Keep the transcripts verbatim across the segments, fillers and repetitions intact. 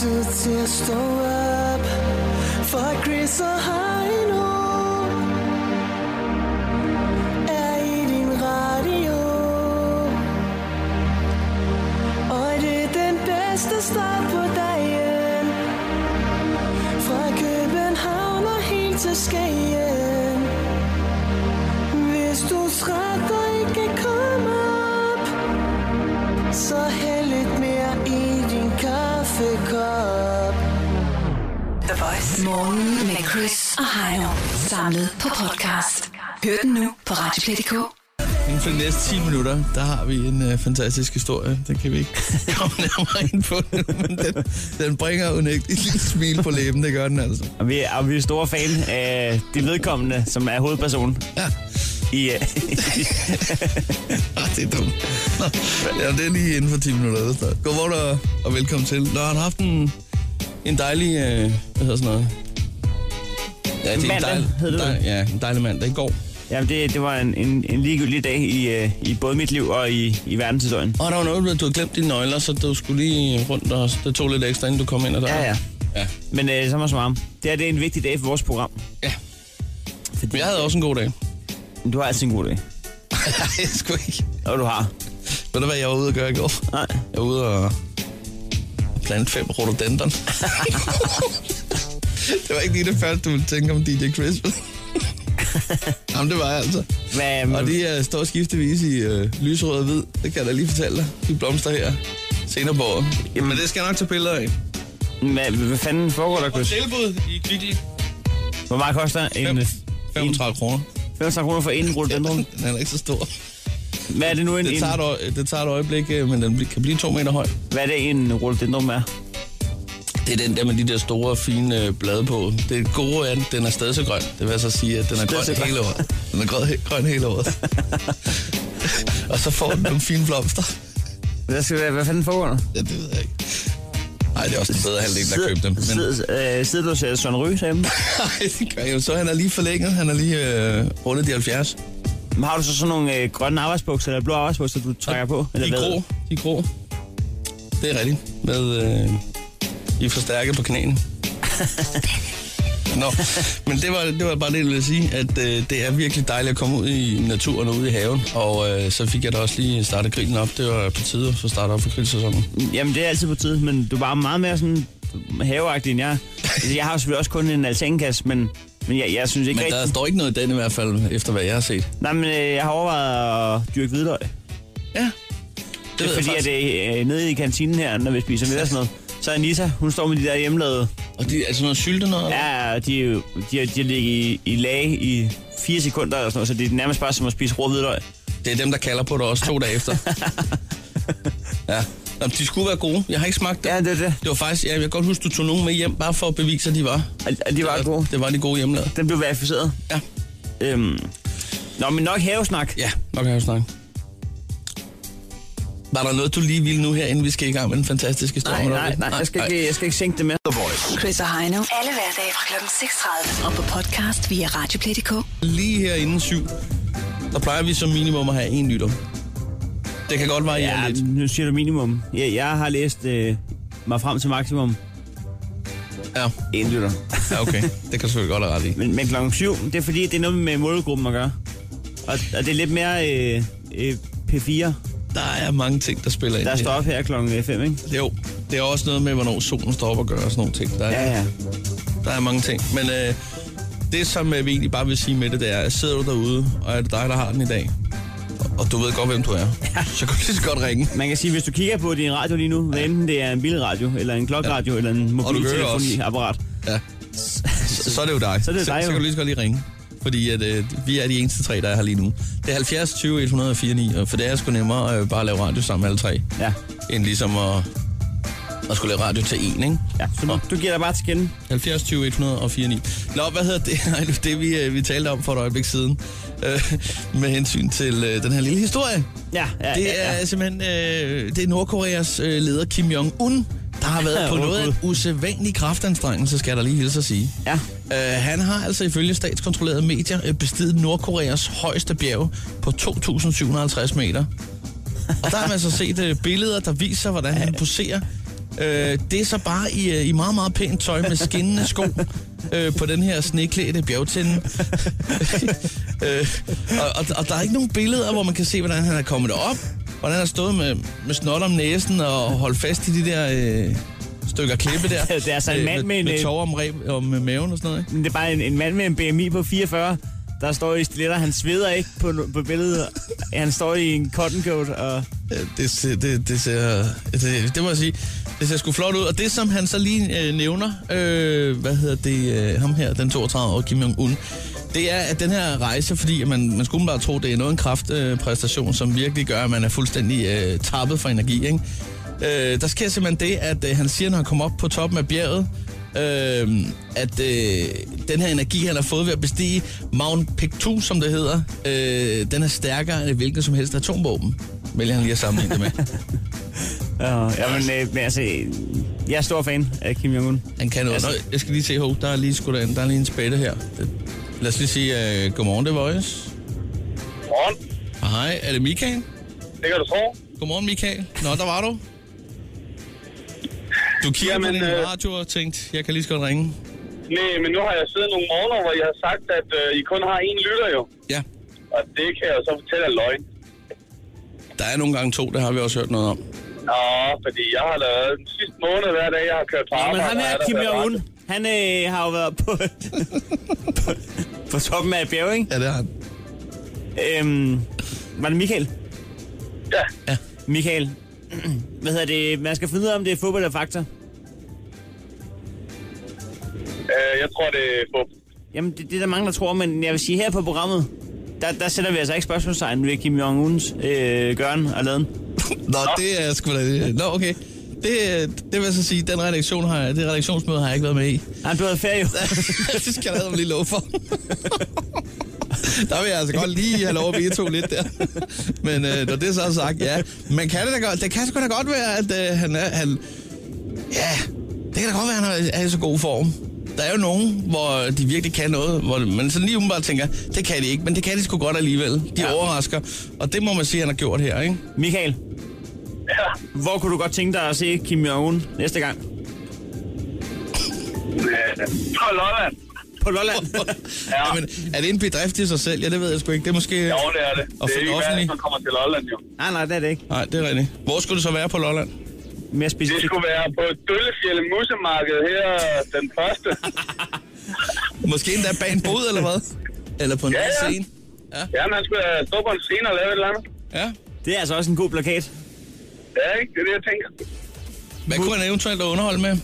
tid til at stå op for Chris og Heino er i din radio. Og det er den bedste start på dagen. Fra København og helt til Skagen. Hvis du er træt og ikke kan komme op, så hæld lidt mere i din kaffekop. The Voice. Morgen med Chris og Heino. Samlet på podcast. Hør den nu på radioplay punktum d k. Inden for de næste ti minutter, der har vi en uh, fantastisk historie. Den kan vi ikke komme nærmere ind på nu, men den, den bringer unægteligt et lille smil på læben. Det gør den altså. Og vi, og vi er store fan af de vedkommende, som er hovedpersonen. Ja. I, uh, ah, det er dumt. Nå, ja, det er lige inden for ti minutter. Godmorgen og, og velkommen til. Nå, han har haft en, en dejlig... Uh, hvad hedder sådan noget? Ja, det er en dejlig, hedder det? Dej, ja, en dejlig mandag. I går. Jamen, det, det var en, en, en ligegyldig dag i, uh, i både mit liv og i, i verdenshistorien. Og der var noget, du havde glemt dine nøgler, så du skulle lige rundt, og det tog lidt ekstra, inden du kom ind. Og der. Ja, ja. ja. Men uh, så meget som varm. Det er, det er en vigtig dag for vores program. Ja. Fordi, jeg havde også en god dag. Du har altid en god dag. Nej, jeg sgu ikke. Og du har. Ved du, hvad jeg var ude at gøre i går? Nej. Jeg var ude og plante fem rhododendron. Det var ikke lige det første, du ville tænke om D J Chris. Jamen, det var jeg altså. Hvad, og de uh, står skiftevis i uh, lyserød og hvid. Det kan jeg da lige fortælle dig. De blomster her senere på året. Jamen, det skal jeg nok tage billeder af. Hvad, hvad fanden foregår der, Chris? Og tilbud i Kvickly. Hvor meget koster en... femogtredive kroner. femogtredive kroner for en rhododendron? Den er ikke så stor. Hvad er det nu en... Det tager et, det tager et øjeblik, men den kan blive to meter høj. Hvad er det en rhododendron er? Det er den der med de der store, fine blade på. Det gode er, at den er stadig så grøn. Det vil altså sige, at den er grøn hele året. Den er grøn, grøn hele året. Og så får den nogle fine blomster. Hvad, skal, hvad, hvad fanden foregår der? Ja, det ved jeg ikke. Nej, det er også den bedre halvdel, der købte dem. Men... Sidder øh, sidder du og ser Søren Ryge sammen? Nej, det gør jeg jo. Så han er lige forlænget. Han er lige øh, rundet de halvfjerds. Men har du så sådan nogle øh, grønne arbejdsbukser, eller blå arbejdsbukser, du trækker på? Eller de er grå. De er grå. Det er rigtigt. Med... Øh... I er forstærket på knæene. Nå, men det var, det var bare det, jeg ville sige, at øh, det er virkelig dejligt at komme ud i naturen og ud i haven. Og øh, så fik jeg da også lige startet grillen op. Det var på tide at få startet op for grillsæsonen. Jamen, det er altid på tide, men du er bare meget mere sådan haveagtig end jeg. Jeg har selvfølgelig også kun en altankasse, men, men jeg, jeg synes ikke Men rigtig... der står ikke noget i den i hvert fald, efter hvad jeg har set. Nej, men øh, jeg har overvejet at dyrke hvidløg. Ja, det, det er fordi, at det er nede i kantinen her, når vi spiser middag og sådan noget. Så Anita, hun står med de der hjemmelavede. Og de er altså noget sylte noget? Ja, de, de, de ligger i, i lag i fire sekunder eller sådan noget, så det er nærmest bare som at spise rå hvidløg. Det er dem, der kalder på dig også to dage efter. Ja. Nå, de skulle være gode. Jeg har ikke smagt det. Ja, det er det. Det var faktisk, ja, jeg kan godt huske, du tog nogen med hjem, bare for at bevise, at de var. At de var det, gode. Det var de gode hjemmelavede. Den blev verificeret. Ja. Øhm. Nå, men nok havesnak. Ja, nok havesnak. Var der noget, du lige ville nu her, inden vi skal i gang med den fantastiske historie? Nej, nej, nej, jeg skal, ikke, jeg skal ikke sænke det med. The Voice. Chris og Heino. Alle hverdage fra klokken seks tredive. Og på podcast via radioplay punktum d k. Lige her inden syv, der plejer vi som minimum at have en lytter. Det kan godt variere ja, lidt. Nu siger du minimum. Jeg, jeg har læst øh, mig frem til maksimum. Ja. En lytter. Ja, okay. Det kan du selvfølgelig godt have ret i. Men, men klokken syv, det er fordi, det er noget med målgruppen at gøre. Og, og det er lidt mere øh, øh, P fire. Der er mange ting, der spiller ind. Der står op her klokken fem, ikke? Jo, det er også noget med, hvornår solen står op og gør og sådan nogle ting. Der er, ja, ja. Der er mange ting. Men øh, det, som øh, vi egentlig bare vil sige med det, det er, at sidder du derude, og er det dig, der har den i dag, og du ved godt, hvem du er, ja. Så kan du lige så godt ringe. Man kan sige, hvis du kigger på din radio lige nu, ja. Enten det er en bilradio, eller en klokkeradio, ja. Eller en mobiltelefoniapparat, ja. så, så, så er det jo dig. Så, er det dig så, så kan du lige så godt lige ringe. Fordi at, øh, vi er de eneste tre, der er her lige nu. Det er halvfjerds tyve et hundrede og fire ni, for det er sgu nemmere øh, bare at lave radio sammen alle tre. Ja. End ligesom at, at skulle lave radio til en, ikke? Ja, så du, du giver dig bare til kende. halvfjerds tyve et hundrede og fire ni. Nå, hvad hedder det? Nej, det det, vi, vi talte om for et øjeblik siden. Øh, med hensyn til øh, den her lille historie. Ja, ja, det ja, er ja. simpelthen øh, det er Nordkoreas øh, leder Kim Jong-un, der har været på noget af en usædvanlig kraftanstrengelse, skal jeg da lige hilse at sige. Ja. Uh, han har altså ifølge statskontrollerede medier bestiget Nordkoreas højeste bjerg på to tusind syv hundrede og halvtreds meter. Og der har man altså set uh, billeder, der viser, hvordan han poserer Øh, det er så bare i, i meget, meget pænt tøj med skinnende sko øh, på den her sneklædte bjergtinde. øh, og, og, og der er ikke nogen billeder, hvor man kan se, hvordan han er kommet op. Hvordan han har stået med, med snot om næsen og holdt fast i de der øh, stykker klippe der. Det er altså en mand med, med, med med tårer om, reb, om maven og sådan noget, ikke? Det er bare en, en mand med en B M I på fireogfyrre, der står i stiletter. Han sveder ikke på, på billedet. Han står i en cotton coat. Og... Det, ser, det, det ser... Det, det må jeg sige. Det ser sgu flot ud. Og det, som han så lige øh, nævner, øh, hvad hedder det, øh, ham her, den toogtredive-årige Kim Jong-un, det er, at den her rejse, fordi man, man skulle bare tro, det er noget en kraftpræstation, øh, som virkelig gør, at man er fuldstændig øh, tappet for energi, ikke? Øh, der sker simpelthen det, at øh, han siger, når han kommer op på toppen af bjerget, øh, at øh, den her energi, han har fået ved at bestige Mount Pictou, som det hedder, øh, den er stærkere end hvilken som helst atomvåben, vælger han lige at sammenligne det med. Ja, men, øh, men altså, jeg er stor fan af Kim Jong-un. Han kan noget. Altså, Nå, jeg skal lige se, hov, der er lige, sgu da, der er lige en spætte her. Lad os lige sige, uh, godmorgen, The Voice. Godmorgen. Hej, er det Michael? Det kan du tro. Godmorgen, Michael. Nå, der var du. Du kigger på din øh... radio og tænkt, jeg kan lige så godt ringe. Nej, men nu har jeg siddet nogle morgener, hvor jeg har sagt, at øh, I kun har én lytter jo. Ja. Og det kan jeg jo så fortælle af løgn. Der er nogle gange to, det har vi også hørt noget om. Nå, fordi jeg har lavet den sidste måned hver dag, jeg har kørt på arbejde. Men han er Kim Jong-un. Han øh, har jo været på, på, på toppen af et bjerg, ikke? Ja, det har han. Øhm, var det Michael? Ja. Ja. Michael, hvad hedder det? Man skal finde ud af, om det er fodbold eller fakta. Øh, jeg tror, det er fodbold. Jamen, det, det er der mange, der tror, men jeg vil sige, her på programmet, der, der sætter vi altså ikke spørgsmålstegn ved Kim Jong-uns øh, gøren og laden. Nå, det er sgu da... Nå, okay. Det, det vil jeg så sige, den redaktion har jeg, det redaktionsmøde har jeg ikke været med i. Nej, du havde ferie jo. Det skal jeg da lige love for. Der vil jeg altså godt lige have lov at veto lidt der. Men øh, når det så er sagt, ja. Men kan det da godt, det kan sgu da godt være, at øh, han er... Han, ja, det kan da godt være, at han er i så god form. Der er jo nogen, hvor de virkelig kan noget, hvor man sådan lige umiddelbart tænker, det kan de ikke, men det kan de sgu godt alligevel. De ja. overrasker, og det må man sige, han har gjort her, ikke? Michael, Ja. hvor kunne du godt tænke dig at se Kim Jong-un næste gang? På Lolland. På Lolland? Ja. Jamen, er det en bedrift i sig selv? Ja, det ved jeg sgu ikke. Det er måske... Jo, det er det. Og Det er ikke offentlig. værd, man kommer til Lolland, jo. Nej, nej, det er det ikke. Nej, det er rigtigt. Hvor skulle det så være på Lolland? Mere Det specifikt. skulle være på Døllefjælde Musemarked her den første. Måske endda bag en bod, eller hvad? Eller på en Ja, ja, ja. scene? Ja. Ja, man skulle stå på en scene og lave et eller andet. Ja. Det er altså også en god plakat. Ja, ikke? Det er det, jeg tænker. Hvad kunne han eventuelt underholde med?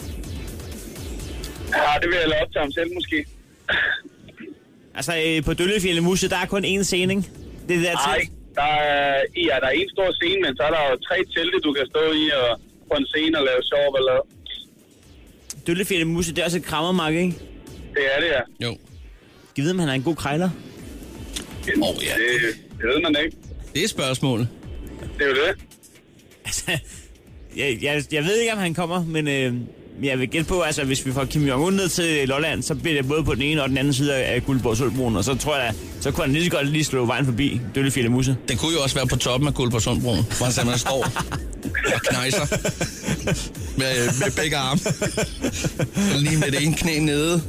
Ja, det vil jeg lade op til ham selv, måske. Altså, øh, på Døllefjælde Muse, der er kun én scene, ikke? Det er det der Nej, telt. der er, ja, der er en stor scene, men så er der jo tre telte, du kan stå i og på en scene og lave sjov eller noget. Døllefjælde Muse, det er også et krammermarked, ikke? Det er det, ja. Jo. Jeg ved, om han er en god krejler. Åh, oh, ja. Det, det ved man ikke. Det er spørgsmålet. Det er jo det. Altså, jeg, jeg, jeg ved ikke, om han kommer, men øh, jeg vil gætte på, altså hvis vi får Kim Jong-un ned til Lolland, så bliver det både på den ene og den anden side af Guldborg Sundbroen, og så tror jeg, så kunne han lige så godt lige slå vejen forbi Døllefjælde Muse. Det kunne jo også være på toppen af Guldborg Sundbroen, hvor han simpelthen står og knejser med, med begge arme. Lige med det ene knæ nede.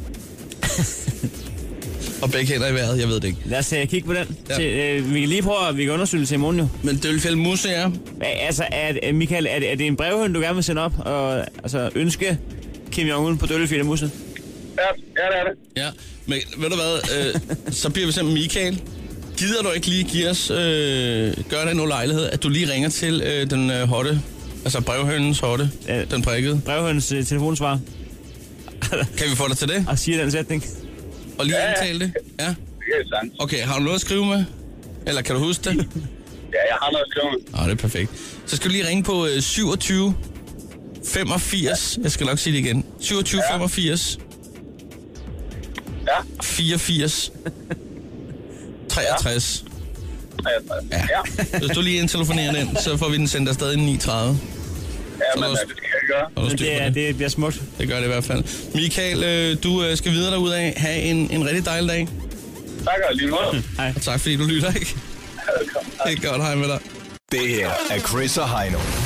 Og begge hænder i vejret, jeg ved det ikke. Lad os uh, kigge på den. Ja. Til, øh, vi kan lige prøve at vi kan undersøge det til i morgen jo. Men Døllefjælde Muse, ja. Hva, altså, er, Michael, er det, er det en brevhøn, du gerne vil sende op og altså, ønske Kim Jong-un på Døllefjælde Muse? Ja, ja, det er det. Ja, men ved du hvad, øh, så bliver vi simpelthen Michael. Gider du ikke lige give os, øh, gør dig nu lejlighed, at du lige ringer til øh, den øh, hotte, altså brevhønens hotte, Ja. den prikkede. Brevhøns øh, telefonsvar. Kan vi få dig til det? Og siger den sætning. Og lige Ja, ja. indtale det? Ja. Det er sandt. Okay, har du noget at skrive med? Eller kan du huske det? Ja, jeg har noget at skrive med. Ah, det er perfekt. Så skal du lige ringe på øh, syvogtyve femogfirs. Jeg skal nok sige det igen. syvogtyve femogfirs. Ja, fireogfirs. treogtres. treogtres. Ja. Ja, Hvis du lige indtelefonerer den, så får vi den sendt afsted inden ni tredive. ja men Så- øh, det skal jeg gøre. Og Men det, er, det bliver smukt. Det gør det i hvert fald. Michael, øh, du øh, skal videre derudad. Ha' en, en rigtig dejlig dag. Tak og lige måde. Hej. Og tak fordi du lytter, ikke? Det er godt. Hej med dig. Det her er Chris og Heino. Nyt morgen.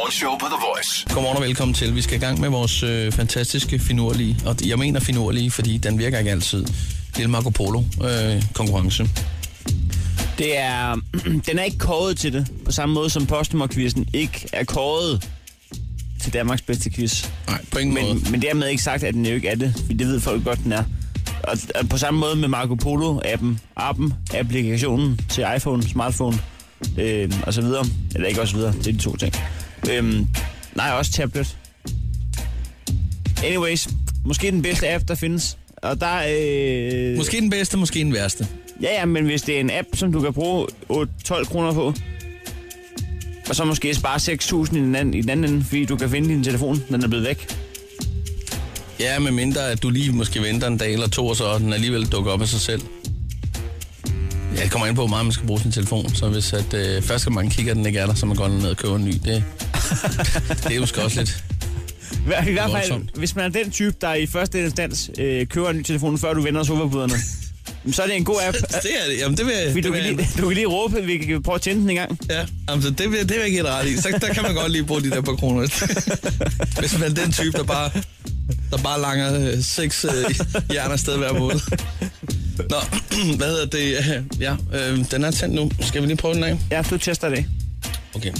morgenshow på The Voice. Godmorgen og velkommen til. Vi skal i gang med vores øh, fantastiske finurlige, og jeg mener finurlige, fordi den virker ikke altid. Lille Marco Polo øh, konkurrence. Det er, den er ikke kåret til det, på samme måde som Postnummer-quizzen ikke er kåret til Danmarks bedste quiz. Nej, på ingen men, måde. Men dermed ikke sagt, at den jo ikke er det, for det ved folk godt, den er. Og, og på samme måde med Marco Polo-appen, appen, applikationen til iPhone, smartphone øh, og så videre. Eller ikke også videre, det er de to ting. Øh, nej, også tablet. Anyways, måske den bedste app, der findes. Og der øh... Måske den bedste, måske den værste. Ja, ja, men hvis det er en app, som du kan bruge otte tolv kroner på, og så måske spare seks tusind i den anden, i den anden ende, fordi du kan finde din telefon, den er blevet væk. Ja, med mindre at du lige måske venter en dag eller to, og så den alligevel dukker op af sig selv. Ja, det kommer ind på, hvor meget man skal bruge sin telefon. Så hvis at, øh, første gang man kigger, den ikke er der, så man går ned og køber en ny. Det, det er måske også lidt... I hvert fald, hvis man er den type, der i første instans øh, køber en ny telefon, før du vender sofabuderne, så er det en god app. Det er det. Jamen, det vil jeg... Fordi du, vil kan jeg... lige, du kan lige råbe, vi kan prøve at tænde den en gang. Ja, altså, det, vil, det vil jeg ikke helt ret i. Så der kan man godt lige bruge de der par kroner. Hvis man er den type, der bare, der bare langer øh, seks øh, hjerner afsted hver måned. Nå, hvad hedder det? Ja, øh, den er tændt nu. Skal vi lige prøve den af? Ja, du tester det. Okay.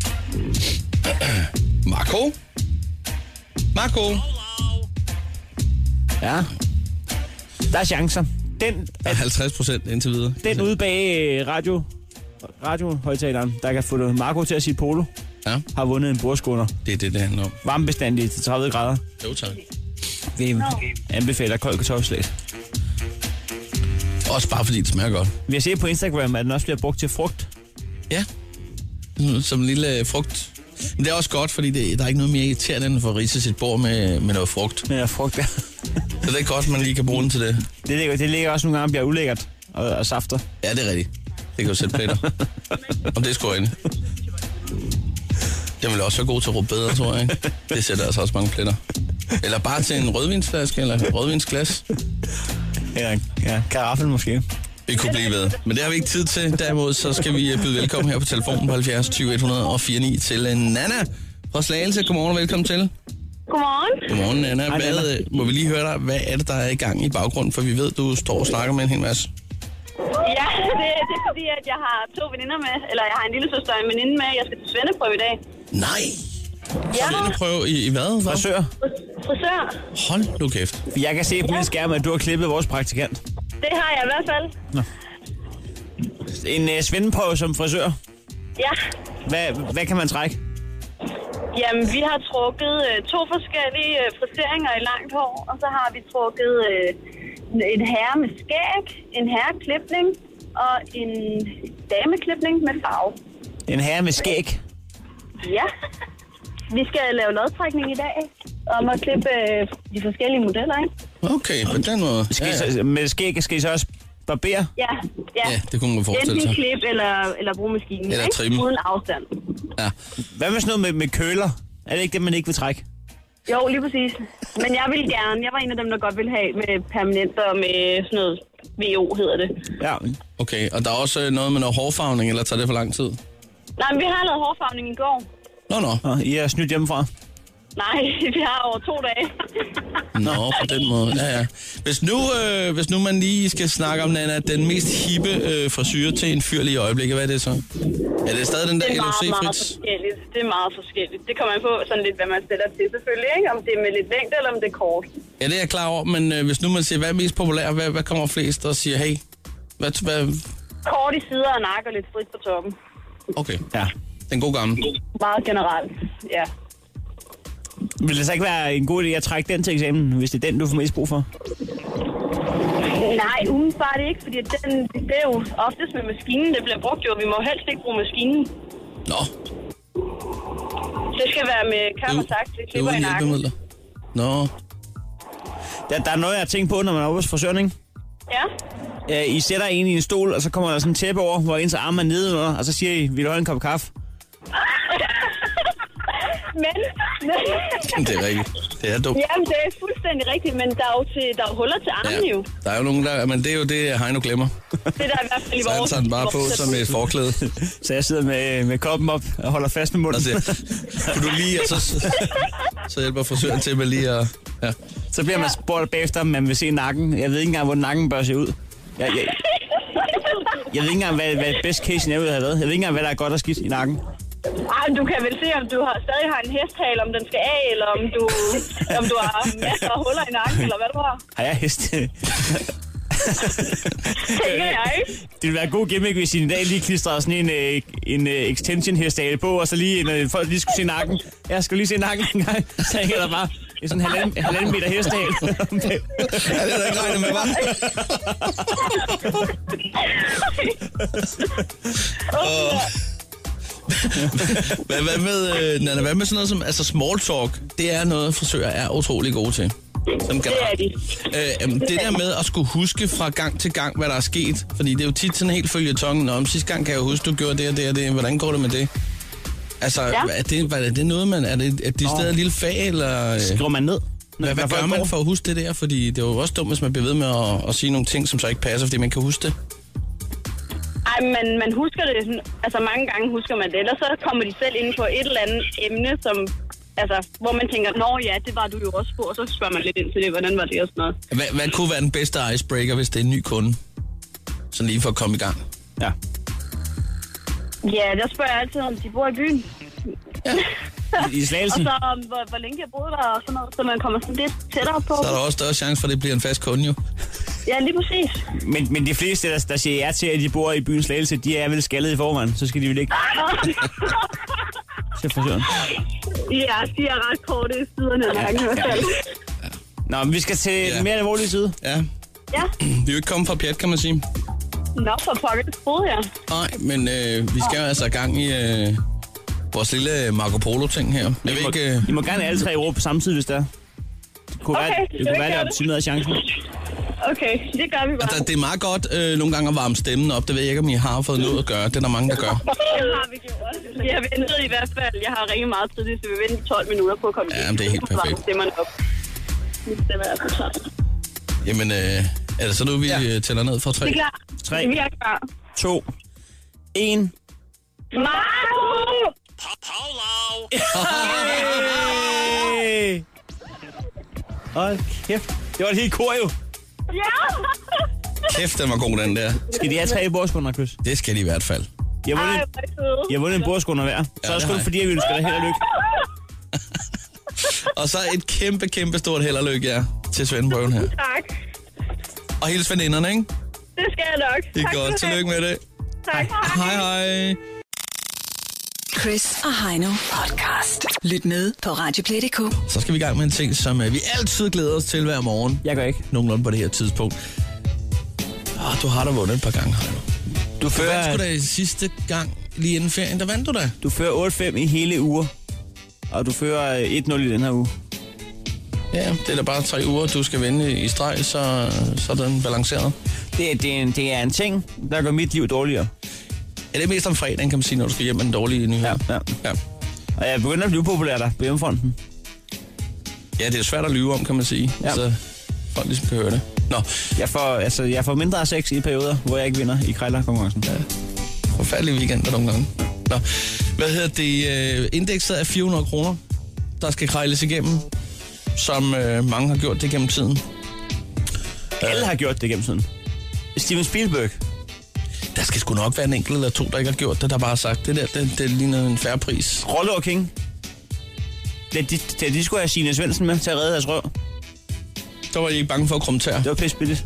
Marco? Marco? Ja. Der er chancer. Den, der er halvtreds procent indtil videre. Den ude bag radio, radiohøjtaleren, der kan få Marco til at sige polo, ja. Har vundet en bordskåner. Det er det, det handler om. Varmebestandig til tredive grader. Jo, tak. Vi anbefaler kold kartoffelslæt. Også bare fordi det smager godt. Vi har set på Instagram, at den også bliver brugt til frugt. Ja, som en lille frugt. Men det er også godt, fordi det, der er ikke noget mere irriterende end at få ridset sit bord med, med noget frugt. Med frugt, ja. Så det er godt, man lige kan bruge den til det. Det ligger, det ligger også nogle gange bliver ulækkert og, og safter. Ja, det er rigtigt. Det kan jo sætte pletter. Om det er sgu inde. Den vil også være god til at råbe bedre, tror jeg. Ikke? Det sætter altså også mange pletter. Eller bare til en rødvinsflaske eller rødvinsglas. Ja, ja, karaffel måske. Vi kunne blive ved. Men det har vi ikke tid til. Derimod så skal vi byde velkommen her på telefonen på halvfjerds tyve et hundrede og fire ni til Nana fra Slagelse. Godmorgen og velkommen til. Godmorgen. Godmorgen, Nana. Hvad, må vi lige høre dig, hvad er det, der er i gang i baggrunden? For vi ved, du står og snakker med en hel masse. Ja, det, det er fordi, at jeg har to veninder med, eller jeg har en lille søster og en veninde med. Jeg skal til svendeprøve i dag. Nej! Ja. Svendeprøve i, i hvad? hvad? Frisør. Frisør. Hold nu kæft. Jeg kan se på min skærm, at du har klippet vores praktikant. Det har jeg i hvert fald. Nå. En uh, svendeprøve som frisør? Ja. Hvad, hvad kan man trække? Jamen, vi har trukket uh, to forskellige uh, friseringer i langt hår, og så har vi trukket uh, en herre med skæg, en herreklipning og en dameklipning med farve. En herre med skæg? Ja. Vi skal lave lodtrækning i dag om at klippe uh, de forskellige modeller, ikke? Okay, på den måde. Skal ja, ja. I så, med skæg skal I så også barbere? Ja, ja. Ja, det kunne man forestille sig. Enten klip eller, eller bruge maskinen, eller ikke? trimme. Uden afstand. Ja. Hvad med sådan noget med, med køler? Er det ikke det, man ikke vil trække? Jo, lige præcis. Men jeg vil gerne. Jeg var en af dem, der godt ville have med permanent og med sådan noget V O, hedder det. Ja. Okay, og der er også noget med noget hårfarvning, eller tager det for lang tid? Nej, men vi har lavet hårfarvning i går. Nå, nå. Og I er snydt hjemmefra? Nej, vi har over to dage. Nå, på den måde. Ja, ja. Hvis nu, øh, hvis nu man lige skal snakke om, Nana, den mest hippe øh, frisyr til en fyr lige i øjeblikket, hvad er det så? Er det stadig den der L O C-frit? Det er meget, meget forskelligt. Det er meget forskelligt. Det kommer an på sådan lidt, hvad man stiller til selvfølgelig, ikke? Om det er med lidt længde, eller om det er kort. Ja, det er jeg klar over, men øh, hvis nu man siger, hvad er mest populær, hvad, hvad kommer flest og siger, hey, hvad, hvad... Kort i sider og nakke og lidt frit på toppen. Okay, ja. Den gode gamle. Meget generelt, ja. Vil det så ikke være en god idé at trække den til eksamen, hvis det er den, du får mest brug for? Nej, umiddelbart ikke, fordi den, det er jo oftest med maskinen, det bliver brugt jo. Vi må helst ikke bruge maskinen. Nå. Det skal være med kammersagt, det klipper i nakken. Nå. Der, der er noget, jeg har tænkt på, når man er oppe hos frisøren, ikke? Ja. I sætter en i en stol, og så kommer der sådan en tæppe over, hvor ens arme er nedenunder, og så siger I, vil du have en kop kaffe? Men... Det er rigtigt. Det er dumt. Jamen, det er fuldstændig rigtigt, men der er jo, til, der er jo huller til armen Ja. jo. Der er jo nogen, der... Men det er jo det, Heino glemmer. Det er der i hvert fald i Så han vores... tager den bare på som et forklæde. Så jeg sidder med, med koppen op og holder fast med munden. Og siger, kunne du lige... Og så, så hjælper frisøren til med lige at... Ja. Så bliver man spurgt bagefter, om man vil se nakken. Jeg ved ikke engang, hvor nakken bør se ud. Jeg, jeg, jeg ved ikke engang, hvad, hvad best case scenario have været. Jeg ved ikke engang, hvad der er godt og skidt i nakken. Ej, men du kan vel se, om du har, stadig har en hesthale, om den skal af, eller om du, om du har masser af huller i nakken, eller hvad du har. Har jeg hest? Tænker jeg, ikke? Det ville være en god gimmick, hvis I en dag lige klistrede sådan en, en, en extension hestale på, og så lige, når folk lige skulle se nakken. Jeg skulle lige se nakken en gang, så hænger der bare i sådan en halvanden, halvanden meter hestale. Ja, det er der ikke regnet med, hva'? oh. hvad, hvad, med, øh, Nana, hvad med sådan noget som altså small talk? Det er noget, frisører er utrolig gode til. Sådan Det er de. Øh, det der med at skulle huske fra gang til gang, hvad der er sket. Fordi det er jo tit sådan helt føljetongen om. Sidste gang kan jeg huske, du gjorde det og det og det. Hvordan går det med det? Altså, Ja. er, det, hvad, er det noget, man... Er det, er det oh. stadig et lille fag, eller... øh, Skriver man ned? Hvad, hvad gør man for at huske det der? Fordi det er jo også dumt, hvis man bliver ved med at, at sige nogle ting, som så ikke passer, fordi man kan huske det. Ej, men man husker det sådan, altså mange gange husker man det, eller så kommer de selv ind på et eller andet emne, som, altså, hvor man tænker, nå ja, det var du jo også på, og så spørger man lidt ind til det, hvordan var det og sådan noget. Hvad, hvad kunne være den bedste icebreaker, hvis det er en ny kunde? Sådan lige for at komme i gang. Ja. Ja, der spørger jeg altid, om de bor i byen. Ja. I Slagelse? Og så om, hvor, hvor længe jeg boede der og sådan noget, så man kommer sådan lidt tættere på. Så er der også større chance for, at det bliver en fast kunde, jo. Ja, lige præcis. Men, men de fleste, der, der siger ja til, at de bor i byen Slagelse, de er vel skaldet i forvejen. Så skal de vel ikke... Se frisøren. Ja, de er ret korte i siderne af nakken i hvert fald. Nå, men vi skal til Ja. den mere alvorlige side. Ja. Ja, Vi er jo ikke kommet fra pjat, kan man sige. nå for pokkets fod her. Nej, men øh, vi skal jo altså i gang i øh, vores lille Marco Polo-ting her. Jeg I ved må, ikke... Øh, I må gerne alle tre råbe på samme tid, hvis det er. Det kunne Okay, være, så det kunne vi være, gør det det. optimerede chancen. Okay, det gør vi bare. altså, det er meget godt øh, nogle gange at varme stemmen op. Det ved jeg ikke, om I har fået noget at gøre. Det er der mange, der gør. Det har vi gjort. Jeg har ventet i hvert fald. Jeg har ringet meget tidligt, så vi venter tolv minutter på at komme Ja, men det er helt Så varmer perfekt. stemmerne op. Nu stemmer jeg på klar. Jamen, øh, er det så nu, vi Ja. ja. tæller ned fra tre? Det er klar. Tre. Vi er klar. To. En. Marco! Hey! Hold kæft. Det var et helt kor jo. Ja! Kæft, den var god, den der. Skal de have tre bordskunder, Chris? Det skal de i hvert fald. Jeg har Ej, vundet, hvor er det søde. jeg har vundet en bordskunder hver. Så det også har kun jeg. fordi, jeg vil ønske dig held og lykke. Og så et kæmpe, kæmpe stort held og lykke, ja, til Svendborgen her. Tak. Og hele veninderne, ikke? Det skal jeg nok. Det er Tak skal godt. du have. Tillykke med det. Tak. Hej, hej. Chris og Heino podcast. Lyt med på radioplay punktum d k. Så skal vi i gang med en ting, som øh, vi altid glæder os til hver morgen. Jeg gør ikke. Nogenlunde på det her tidspunkt. Oh, du har da vundet et par gange, Heino. Du Du vandt sgu fører, da sidste gang, lige inden ferien, der vandt du da. du fører otte fem i hele uger. Og du fører et nul i den her uge. Ja, det er da bare tre uger, du skal vinde i streg, så, så er den balanceret. Det, er- det, er en, det er en ting, der gør mit liv dårligere. Ja, det er mest om fredagen, kan man sige, når du skal hjem med en dårlig nyhed. Ja, ja. ja. Og jeg begynder at blive populær der på hjemmefronten. Ja, det er svært at lyve om, kan man sige. Ja. Så folk ligesom kan høre det. Nå, Jeg får, altså, jeg får mindre af sex i perioder, hvor jeg ikke vinder i krejlerkonkurrencen. Ja. forfærdelige weekender nogle gange. Nå, hvad hedder det? Uh, indekset er fire hundrede kroner, der skal krejles igennem, som uh, mange har gjort det gennem tiden. Alle har gjort det gennem tiden. Steven Spielberg. Der skal sgu nok være en enkelt eller to, der ikke har gjort det, der bare har sagt, det der, det, det ligner en fair pris. Rolle og King. Det, de, de, de skulle have Signe Svendsen med til at redde deres røv. Så var de ikke bange for at krumtere. Det var pisse billigt.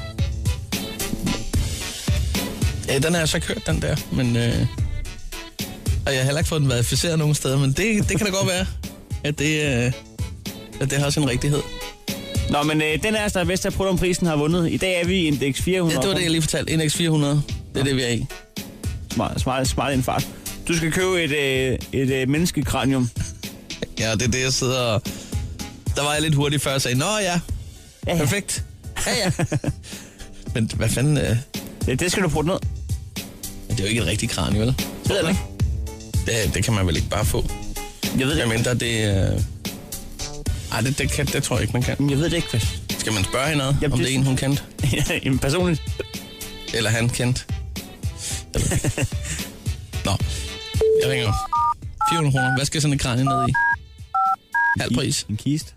Ja, den har jeg så ikke hørt, den der, men... Øh, og jeg har heller ikke fået den verificeret nogen steder, men det, det kan da godt være, at det, øh, at det har sin rigtighed. Nå, men øh, den er der bedst at prøve om prisen har vundet. I dag er vi i indeks fire Ja, hundrede. det var det, jeg lige fortalte. Index fire hundrede, det er det, vi er i. Smart, smart, smart indfart. Du skal købe et, øh, et øh, menneskekranium. Ja, det er det, jeg sidder og... Der var jeg lidt hurtig før og sagde, nå ja, Ja, ja. perfekt. Ja, ja. Men hvad fanden... Øh, Det, det skal du putte ned. det er jo ikke et rigtigt kranie, vel? Det ved jeg ikke. Det, det kan man vel ikke bare få. Jeg ved det Jeg ikke. mindre det... Øh, Nej, det, det, kan, det tror jeg ikke, man kan. Jeg ved det ikke, Chris. Skal man spørge hende, Jamen, om det... det er en, hun kendte? Jamen, personligt. Eller han kendte? Nå, jeg ringer. fire hundrede kroner. Hvad skal sådan en kranje ned i? Halv pris. En kiste.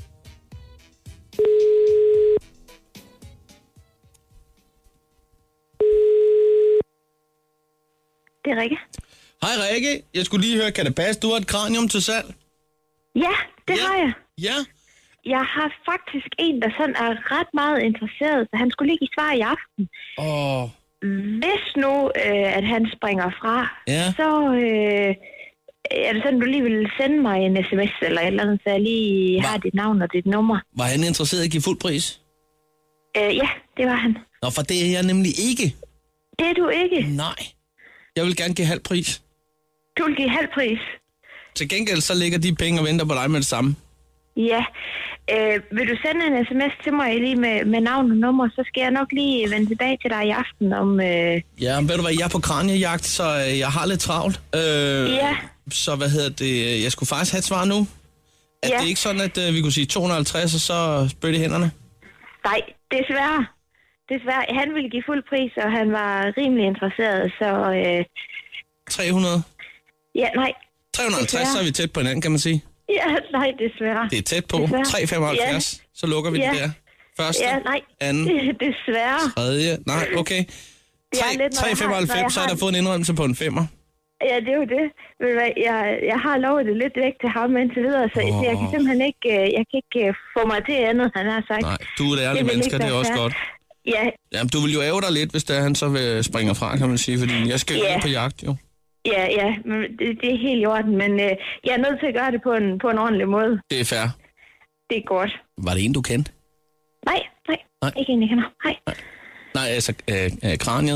Det er Rikke. Hej Rikke, jeg skulle lige høre, kan det passe, du har et kranium til salg? Ja, det Ja. har jeg. Ja. Jeg har faktisk en, der sådan er ret meget interesseret, så han skulle lige give svar i aften. Åh. Hvis nu, øh, at han springer fra, Ja. så øh, er det sådan, du lige vil sende mig en sms eller et eller andet, så jeg lige Hva? har dit navn og dit nummer. Var han interesseret i at give fuld pris? Øh, ja, det var han. Nå, for det er jeg nemlig ikke. Det er du ikke. Nej. Jeg vil gerne give halv pris. Du vil give halv pris. Til gengæld så ligger de penge og venter på dig med det samme. Ja. Øh, vil du sende en sms til mig lige med, med navn og nummer, så skal jeg nok lige vende tilbage til dig i aften om... Øh... Ja, men ved du hvad, jeg er på kraniejagt, så øh, jeg har lidt travlt. Øh, Ja. Så hvad hedder det, jeg skulle faktisk have et svar nu. Er Ja. det ikke sådan, at øh, vi kunne sige to hundrede og halvtreds, og så spytte i hænderne? Nej, desværre. Desværre. Han ville give fuld pris, og han var rimelig interesseret, så... Øh... tre hundrede? Ja, nej. tre hundrede og halvtreds, så er vi tæt på hinanden, kan man sige. Ja, nej, desværre. Det er tæt på. Desværre. tre komma femoghalvfjerds, Ja. så lukker vi Ja. det der. Første, Ja, nej. anden, Desværre. tredje. Nej, okay. Det er lidt, når jeg tre komma har- femoghalvfems, når jeg så er har- der fået en indrømmelse på en femmer. Ja, det er jo det. Ved du hvad, jeg, jeg har lovet det lidt væk til ham indtil videre, så, Åh. så jeg kan simpelthen ikke, øh, jeg kan ikke øh, få mig til andet, han har sagt. Nej, du er et ærligt Det vil menneske, ikke det er være også fair. godt. Ja, Jamen, du vil jo æve dig lidt, hvis det er, han så vil springe fra, kan man sige, fordi jeg skal jo Ja. ud på jagt, jo. ja, ja, men det, det er helt i orden, men øh, jeg er nødt til at gøre det på en, på en ordentlig måde. Det er fair. Det er godt. Var det en, du kendte? Nej, nej, Nej. ikke en, jeg kender. Nej, Nej, altså øh, øh, kraniet.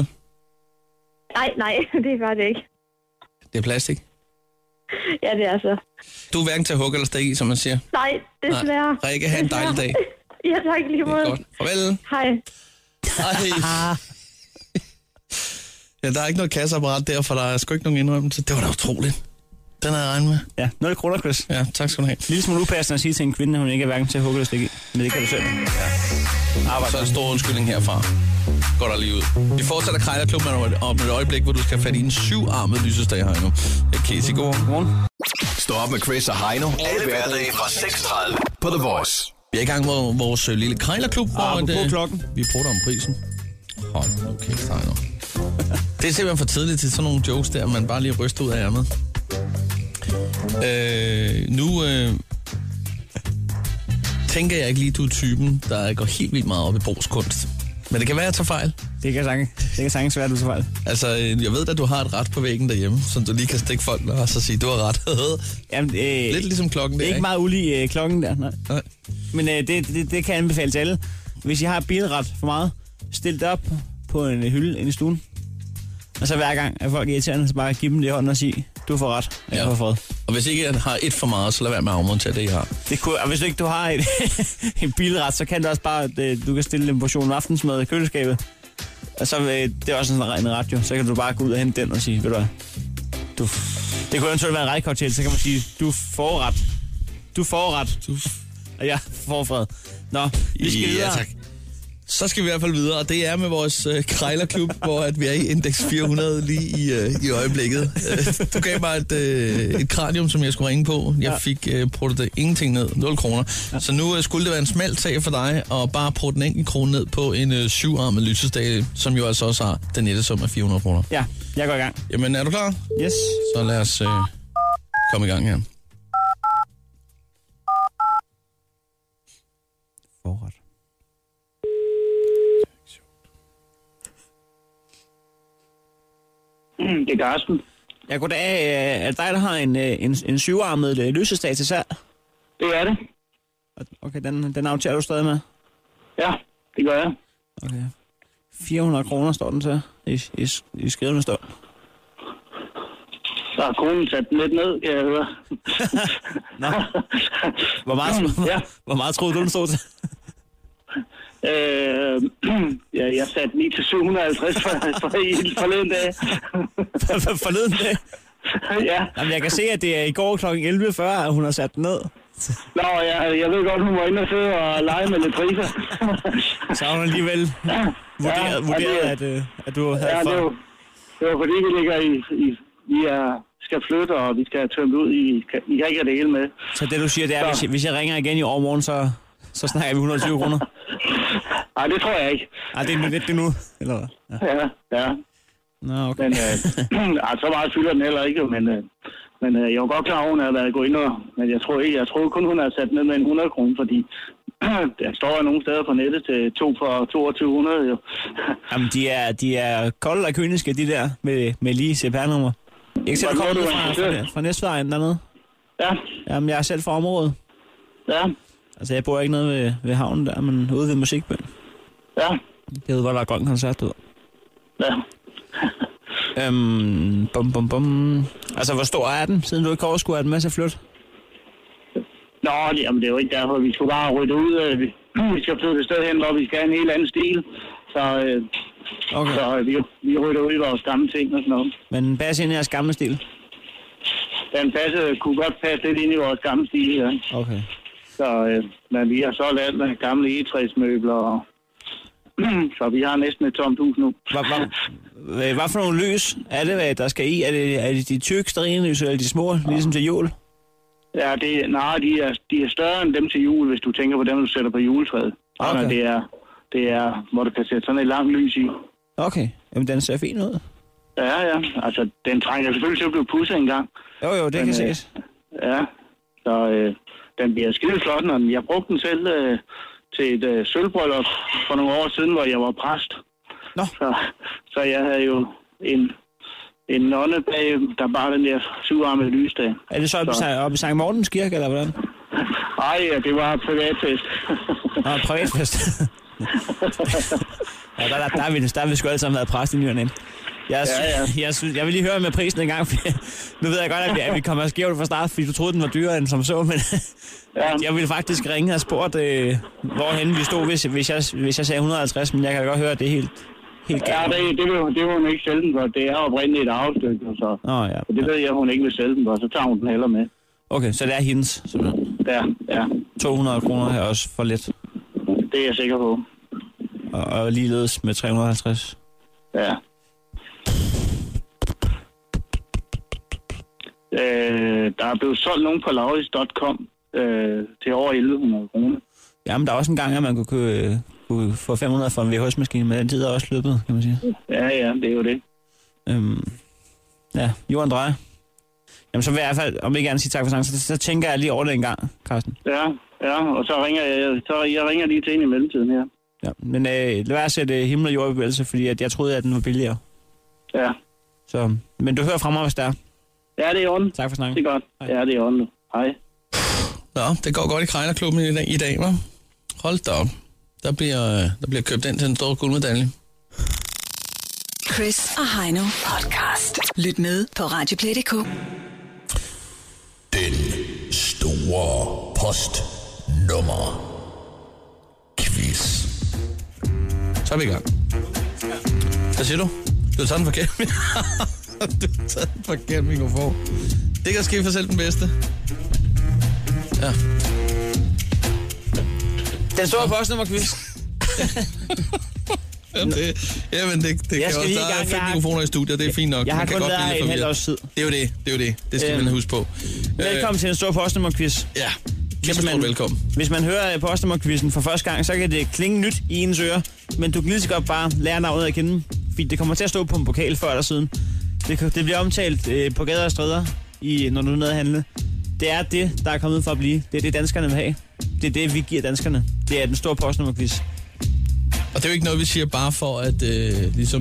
nej, nej, det var det ikke. Det er plastik. Ja, det er så. Du er hverken til at hugge eller stikke i, som man siger. Nej, desværre. Nej. Rikke, ha' en dejlig dag. Ja, tak lige Det er måde. godt. Farvel. Hej. Ej. Ja, der er ikke noget kasseapparat der, for der er sgu ikke nogen indrømmelse. Det var da utroligt. Den har jeg regnet med. Ja, nul kroner, Chris. Ja, tak skal du have. Lille smule upassende at sige til en kvinde, at hun ikke er hverken til at hugge eller stikke i. Men det kan du selv. Arbejde. Så en stor undskyldning herfra. Går der lige ud. Vi fortsætter Krejlerklubben om et øjeblik, hvor du skal have fat i en syvarmet lysestage her nu. Casey, godmorgen. Godmorgen. Stå op med Chris og Heino. Alle hverdage fra seks tredive på The Voice. Vi er i gang med vores øh, lille Krejlerklub. hvor apropos at, øh, klokken. Vi prutter om prisen. Hold nu kæft, Heino. Det er simpelthen for tidligt til sådan nogle jokes der, man bare lige ryster ud af ærmet. Øh, nu øh, tænker jeg ikke lige, du er typen, der går helt vildt meget op i brugskunst. Men det kan være, at jeg tager fejl. Det kan sagtens, det kan sagtens være, at du tager fejl. Altså, øh, jeg ved at du har et ret på væggen derhjemme, som du lige kan stikke folk med, og så sige, du har ret. Jamen, øh, Lidt ligesom klokken det der, er ikke meget ulig øh, klokken der, nej. Nej. Men øh, det, det, det kan jeg anbefale til alle. Hvis I har bilret for meget, stil det op på en hylde inde i stuen. Og så hver gang, at folk er irriterende, så bare give dem det i hånden og sige, du får ret, jeg Ja. får fred. Og hvis ikke jeg har et for meget, så lad være med at afmontere det, I har. Det kunne, og hvis ikke du har et, en bilret, så kan du også bare, det, du kan stille en portion aftensmad i køleskabet. Og så øh, det er også en ren radio, så kan du bare gå ud og hente den og sige, ved du hvad, du, det kunne eventuelt være en rejcocktail, så kan man sige, du får ret. Du får ret. Du, og jeg får fred. Nå, vi skal videre. Ja, tak. Så skal vi i hvert fald videre, og det er med vores øh, krejlerklub, hvor at vi er i indeks fire hundrede lige i, øh, i øjeblikket. Øh, du gav mig et, øh, et kranium, som jeg skulle ringe på. Jeg Ja. fik øh, pruttet ingenting ned, nul kroner. Ja. Så nu øh, skulle det være en smal sag for dig, og bare prutte en enkelt krone ned på en øh, syvarmet lysestage, som jo altså også har den nette sum af fire hundrede kroner. Ja, jeg går i gang. Jamen, er du klar? Yes. Så lad os øh, komme i gang her. Forret. Mm, det er Carsten. Ja, goddag. Øh, Er det dig, der har en, øh, en, en syvarmet øh, lysestage til salg? Det er det. Okay, den, den aftaler du stadig med? Ja, det gør jeg. Okay. fire hundrede kroner står den til i, i, i skrivende stund. Så har konen sat den lidt ned, kan jeg høre. Nå. Hvor meget, Ja. hvor meget troede du, den stod til? Øh, ja, jeg satte den i til syv hundrede og halvtreds for, for i forleden dag. Forleden dag? Ja, Jamen, jeg kan se, at det er i går klokken elleve fyrre, at hun har sat den ned. Nå, jeg, jeg ved godt, hun var inde og sidde og lege med lidt priser. Så har hun alligevel ja, vurderet, ja, vurderet det, at, at du havde ja, for... det var, det var fordi, vi ligger i... i vi er, skal flytte, og vi skal have tømt ud. I, I kan ikke have det hele med. Så det, du siger, det er, hvis jeg, hvis jeg ringer igen i overmorgen, så, så snakker vi et hundrede og tyve kroner? Nej, det tror jeg ikke. Nej, det er lidt det nu, eller hvad? Ja, ja. ja. Nå, okay. Men øh, altså, så meget fylder den heller ikke, men, øh, men øh, jeg var godt klar, at hun havde været gået ind, og, men jeg tror ikke, jeg tror kun, hun har sat ned med en hundrede kroner, fordi der står jo nogle steder på nettet til to for toogtyve hundrede, jo. Jamen, de er, de er kolde og kyniske, de der, med, med lige C P R-nummer. Ikke selv kommer du fra, fra, fra Næstvejren dernede? Ja. Jamen, jeg er selv fra området. Ja. Altså, jeg bor ikke nede ved, ved havnen der, men ude ved Musikbøn. Ja. Det ved, hvor der er grøn koncert ud. Ja. øhm, bum, bum, bum. Altså, hvor stor er den, siden du ikke overskue, er den med til at flytte? Nå, jamen, det er jo ikke derfor. Vi skulle bare rydde ud. Vi, vi skal flytte et sted hen, hvor vi skal have en helt anden stil. Så, øh, okay. så øh, vi, vi rydder ud i vores gamle ting og sådan noget. Men passe ind i jeres gamle stil? Den passe kunne godt passe lidt ind i vores gamle stil, ja. Okay. Så, øh, men vi har så lavet med gamle egetræsmøbler, og så vi har næsten et tomt hus nu. Hvad, hvad, hvad for nogle lys er det, der skal i? Er det, er det de tykke stearinlys, eller de små, ligesom til jul? Ja, det, nej, de er, de er større end dem til jul, hvis du tænker på dem, du sætter på juletræet. Okay. Og det er, det er, hvor du kan sætte sådan et langt lys i. Okay, jamen den ser fin ud. Ja, ja, altså den trænger selvfølgelig til at blive pudset en gang. Jo, jo, det men, kan ses. Øh, ja, så øh, den bliver skide flot, når den, jeg brugte den selv øh, til et øh, sølvbryllup for nogle år siden, hvor jeg var præst. Nå. Så, så jeg havde jo en... En nonne bag, der bare den der syvarmede lysdag. Er det så oppe, så. oppe i Sankt Mortens Kirke, eller hvordan? Nej, ja, det var privatfest. Nå, privatfest. ja, der, der, der, er vi, der er vi sgu alle sammen været præst i ny og næ. Jeg, ja, ja. Jeg, jeg, jeg vil lige høre med prisen en gang, for nu ved jeg godt, at vi, at vi kommer skævt fra start, fordi du troede, den var dyrere end som så, men ja. Jeg ville faktisk ringe og spurgt, øh, hvorhen vi stod, hvis, hvis, jeg, hvis jeg sagde et hundrede og halvtreds, men jeg kan godt høre, at det er helt... Ja, det, det, vil, det vil hun ikke sælge den for. Det er oprindeligt et arvestykke, så, oh, ja. så det ved jeg, hun ikke vil sælge den for. Så tager hun den heller med. Okay, så det er hendes, simpelthen? Ja, ja. to hundrede kroner er også for lidt? Det er jeg sikker på. Og, og ligeledes med tre hundrede og halvtreds? Ja. Øh, der er blevet solgt nogen på lauris punktum com øh, til over elleve hundrede kroner. Jamen, der er også en gang, at man kunne købe... kunne få fem hundrede for en V H S-maskine, men den tid er også løbet, kan man sige. Ja, ja, det er jo det. Øhm, ja, Johan Drejer. Jamen, så vil jeg i hvert fald, om ikke andet sige tak for sang, så, så tænker jeg lige over det en gang, Carsten. Ja, ja, og så ringer jeg, så jeg ringer lige til en i mellemtiden her. Ja, men øh, lad være at sætte himmel og jord i bevægelse, fordi at jeg troede, at den var billigere. Ja. Så, men du hører fra mig, hvis der er. Ja, det er ordentligt. Tak for snakken. Det er godt. Hej. Ja, det er ordentligt. Hej. Nå, det går godt i Krejlerklubben i dag, i dag, hva'? Hold da op. Der bliver, der bliver købt ind til en stor guldmedalje. Chris og Heino podcast. Lyt med på radioplay punktum d k. Den store postnummer quiz. Så er vi i gang. Hvad siger du? Du har taget den forkert. Du har taget den forkert mikrofon. Det kan ske for selv den bedste. Ja. Den store postnummer-quiz. Jamen, det, jamen, det, det kan også. Der er fem mikrofoner i studiet, det er fint nok. Jeg har man kun kan været her en halv års tid. Det er jo det, det er jo det. Det skal øhm, man huske på. Velkommen øh, til den store postnummer-quiz. Ja, kæmpe stort velkommen. Hvis man hører postnummer-quizzen for første gang, så kan det klinge nyt i ens ører. Men du kan lige så godt bare lære navnet at kende. Fordi det kommer til at stå på en pokal før eller siden. Det, det bliver omtalt øh, på gader og stræder, i, når du er nede at handle. Det er det, der er kommet for at blive. Det er det, danskerne vil have. Det er det, vi giver danskerne. Det er den store postnummer-quiz. Og det er jo ikke noget, vi siger bare for at øh, ligesom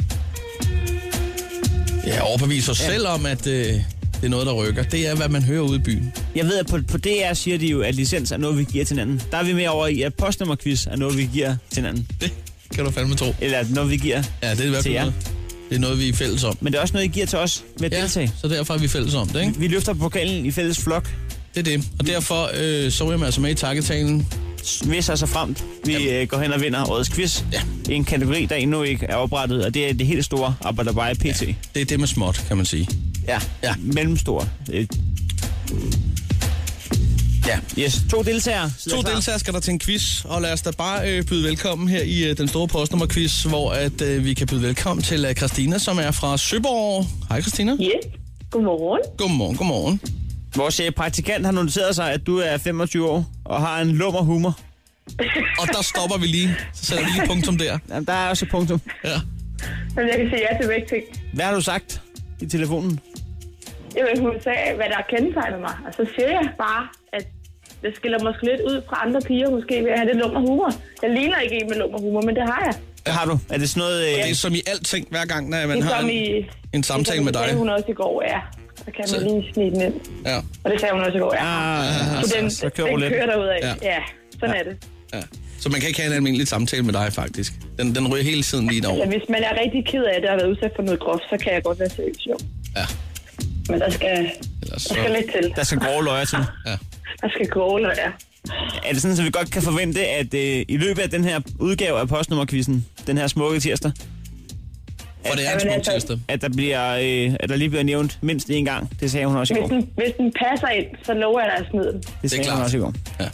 ja, overbevise os ja. selv om, at øh, det er noget, der rykker. Det er, hvad man hører ude i byen. Jeg ved, at på, på D R siger de jo, at licens er noget, vi giver til hinanden. Der er vi med over i, at postnummer-quiz er noget, vi giver til hinanden. Det kan du fandme tro. Eller noget, vi giver ja, det er i hvert fald noget. Det er noget, vi er fælles om. Men det er også noget, I giver til os ved at ja, deltage. Så derfor er vi fælles om det, ikke? Vi løfter pokalen i fælles flok. Det er det. Og derfor øh, så er jeg altså med i takketalen. Hvis altså fremt, vi øh, går hen og vinder årets quiz. Ja. En kategori, der endnu ikke er oprettet, og det er det helt store Abadabai P T. Ja, det er det med småt, kan man sige. Ja, ja. Mellemstort. Øh. Ja. Yes, to deltagere. To deltagere skal der til en quiz, og lad os da bare øh, byde velkommen her i øh, den store postnummer-quiz, hvor at, øh, vi kan byde velkommen til øh, Christina, som er fra Søborg. Hej Christina. Yes, godmorgen. Godmorgen, godmorgen. Vores øh, praktikant har noteret sig, at du er femogtyve år og har en lummer humor. Og der stopper vi lige. Så sætter vi lige punktum der. Jamen, der er også et punktum. Ja. Men jeg kan sige ja til begge ting. Hvad har du sagt i telefonen? Jamen, hun sagde, hvad der kendetegner mig. Og så siger jeg bare, at det skiller måske lidt ud fra andre piger, måske ved at have det lummer humor. Jeg ligner ikke en med lummer humor, men det har jeg. Hvad har du? Er det sådan noget... Øh... Det er som i alting, hver gang, når man det har en, i, en samtale det med dig. Det sagde hun også i går, ja. Så kan Så... man lige snige den ind. Ja. Og det sagde hun også i går, ja. Ah, ja, så den, så kører den lidt. kører derudad. Ja. Ja, sådan ja. er det. Ja. Så man kan ikke have en almindelig samtale med dig, faktisk. Den, den ryger hele tiden lige over. Ja, hvis man er rigtig ked af det og har været udsat for noget groft, så kan jeg godt være seriøs, jo. Ja. Men der skal, Ellers der skal lidt til. Der skal grove løjer til. Ja. Der skal grove løjer. Er det sådan, at vi godt kan forvente, at øh, i løbet af den her udgave af postnummerquizzen, den her smukke tirsdag, For det er en Jamen, smuk altså- tirsdag. at der, bliver, øh, at der lige bliver nævnt mindst én gang? Det sagde hun også i Hvis går. den, hvis den passer ind, så lover jeg dig at smide den. Det sagde klart. hun også i går. Ja.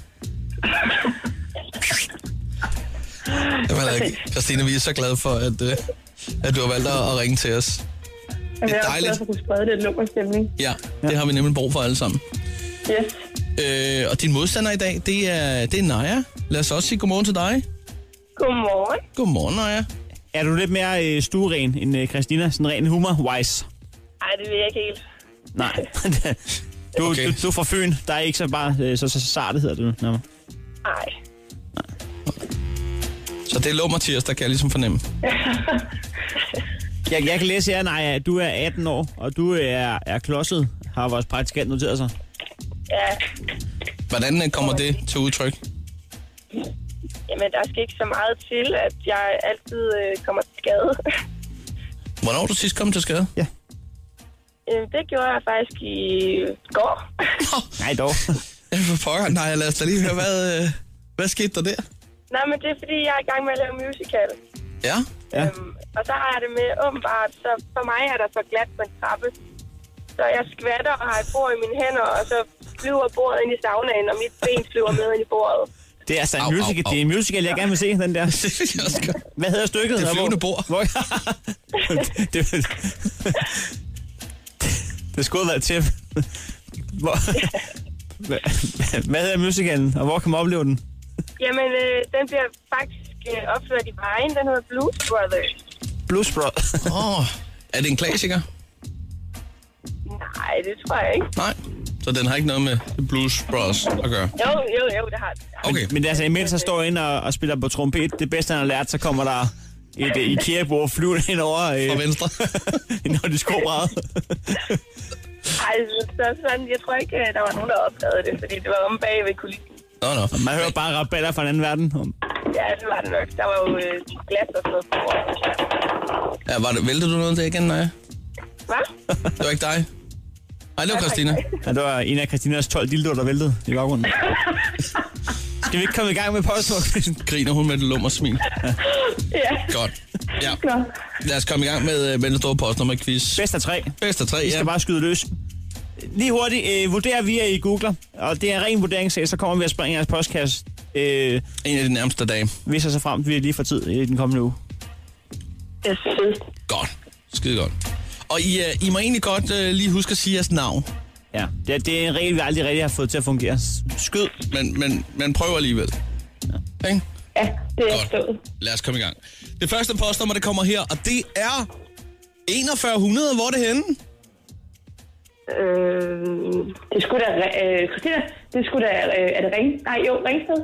Jamen, altså, Christina, vi er så glade for, at, øh, at du har valgt at ringe til os. Jeg Det er også dejligt. glad for at kunne sprede lidt lummerstemning. Ja, det har vi nemlig brug for alle sammen. Yes. Øh, og din modstander i dag, det er, det er Naja. Lad os også sige godmorgen til dig. Godmorgen. Godmorgen, Naja. Er du lidt mere øh, stueren end øh, Christina? Sådan ren humor-wise? Ej, det ved jeg ikke helt. Nej. du, Okay. du, du er fra Fyn. Der er ikke så bare øh, så, så sarte, hedder det nu. Ej. Så det er lummer tirsdag, kan jeg ligesom fornemme. Jeg, jeg kan læse her, nej, at du er atten år, og du er, er klodset, har vores praktikant noteret sig. Ja, Hvordan øh, kommer det til udtryk? jamen der skal ikke så meget til, at jeg altid øh, kommer til skade. Hvornår er du sidst kom til skade? Ja. Jamen, det gjorde jeg faktisk i går. Nej dog. Ja, for pokker. Nej, lad os da lige høre, hvad, øh, hvad skete der der? Nej, men det er fordi, jeg er i gang med at lave musical. Ja? Ja. Øhm, og så har jeg det med åbenbart, så for mig er der for glat på en trappe. Så jeg skvatter og har et bord i mine hænder, og så flyver bordet ind i saunaen, og mit ben flyver med ind i bordet. Det er altså en Au, musical, au, au. det er en musical, jeg gerne vil se, den der. Det vil jeg også gøre. Hvad hedder stykket? Det Og hvor- flyvende bord. Hvor... det, det skulle have været tæt. Hvor... Hvad, hvad hedder musicalen, og hvor kan man opleve den? Jamen, øh, den bliver faktisk øh, opført i Vejen. Den hedder Blues Brothers. Blues Brothers. Åh, oh, er det en klassiker? Nej, det tror jeg ikke. Nej. Så den har ikke noget med The Blues Bros at gøre? Jo, jo, jo, det har den. Okay. Men det er altså, imens han står ind og, og spiller på trompet, det bedste han har lært, så kommer der et uh, IKEA-bord flyvende ind over, Fra øh, venstre. når de skobræder. Ej, så sådan, jeg tror ikke, der var nogen, der opdagede det, fordi det var omme bag ved kulissen. Nå, nå. Man hører bare rabatter fra en anden verden. Ja, det var det nok. Der var jo øh, glas og sådan noget på bordet. Ja, var det, væltede du noget der igen, Naja? Hvad? Det var ikke dig? Nej, det var Christina. Ja, det var en af Christinas tolv dildoer, der væltede i baggrunden. Skal vi ikke komme i gang med postnummerquizzen? Griner hun med et lummer smil. Ja. Godt. Ja. Nå. Lad os komme i gang med, med den store postnummer-quiz. Bedst af tre. Bedst af tre, Vi skal ja. bare skyde løs. Lige hurtigt, øh, vurderer vi i Googler, og det er en ren vurderingssag, så kommer vi at springe jeres postkasse, øh, En af de nærmeste dage. hvis jeg så frem, vi er lige for tid i den kommende uge. Det er fedt. Godt. Skide godt. Og I, uh, I må egentlig godt uh, lige huske at sige jeres navn. Ja, det er, det er en regel, vi aldrig rigtig har fået til at fungere. Skyd. Men, men, men prøv alligevel. Ja. Ikke? Ja, det er Godt. stået. Lad os komme i gang. Det første postnummer, det kommer her, og det er enogfyrre hundrede. Hvor er det henne? Øh, det skulle da... Øh, Christina, det skulle da... Øh, er det Ring? Nej, jo, Ringsted.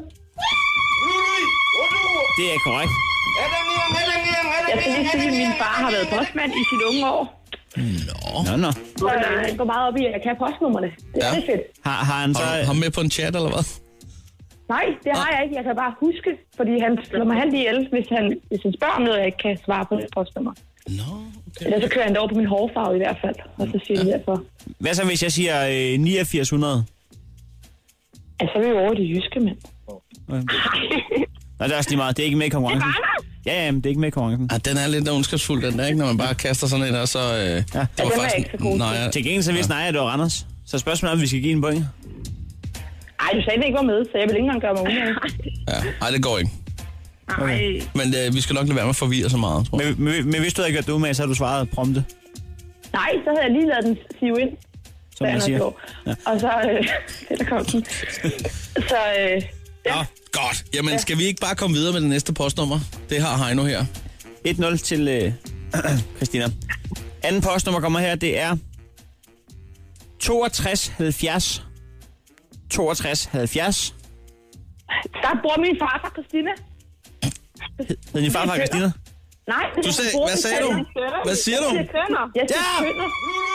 Det er korrekt. Jeg skal lige sige, at min far har været postmand i sine unge år. Nå. Nå, nå. Så øh, han går meget op i, at jeg kan postnummerne. Det er Ja. ja. fedt. Har, har han så... Har du ham med på en chat, eller hvad? Nej, det har jeg ikke. Jeg kan bare huske, fordi han slår mig halvt ihjel, hvis han, hvis han spørger om noget, jeg ikke kan svare på det postnummer. Nå, okay. Eller så kører han det over på min hårfarve i hvert fald, og så siger jeg derfor. Hvad så, hvis jeg siger øh, niogfirs hundrede? Altså, så er vi jo over det jyske, mand. Nå, det er også lige meget. Det er ikke med i konkurrencen. Ja, ja, men det er ikke med i konkurrencen. Ah, den er lidt ondskabsfuld, den der, ikke? Når man bare kaster sådan en, og så... Øh, ja, det den er jeg ikke så god til. Nej, ja. Til gengæld så vidste Naja, at det var Randers. Så spørgsmålet er, om vi skal give en point. Nej, du sagde, det ikke var med, så jeg vil ikke engang gøre mig umage. Ja, nej, det går ikke. Nej. Men øh, vi skal nok lade være med at forvirre så meget, tror jeg. Men, men, men hvis du havde gjort det umage, så havde du svaret prompte. Nej, så havde jeg lige lavet den sive ind. Som man siger. Ja. Og så... Øh, det der kom den. Så... Øh, ja. Nå, godt. Jamen, skal vi ikke bare komme videre med det næste postnummer? Det har Heino her. et nul til øh, Christina. Anden postnummer kommer her, det er toogtres halvfjerds. toogtres halvfjerds. Der bor min farfar, Christina. Hed din farfar, Christina? Nej. Du sagde, hvad sagde du? Hvad siger du? Jeg siger Ja! kønner.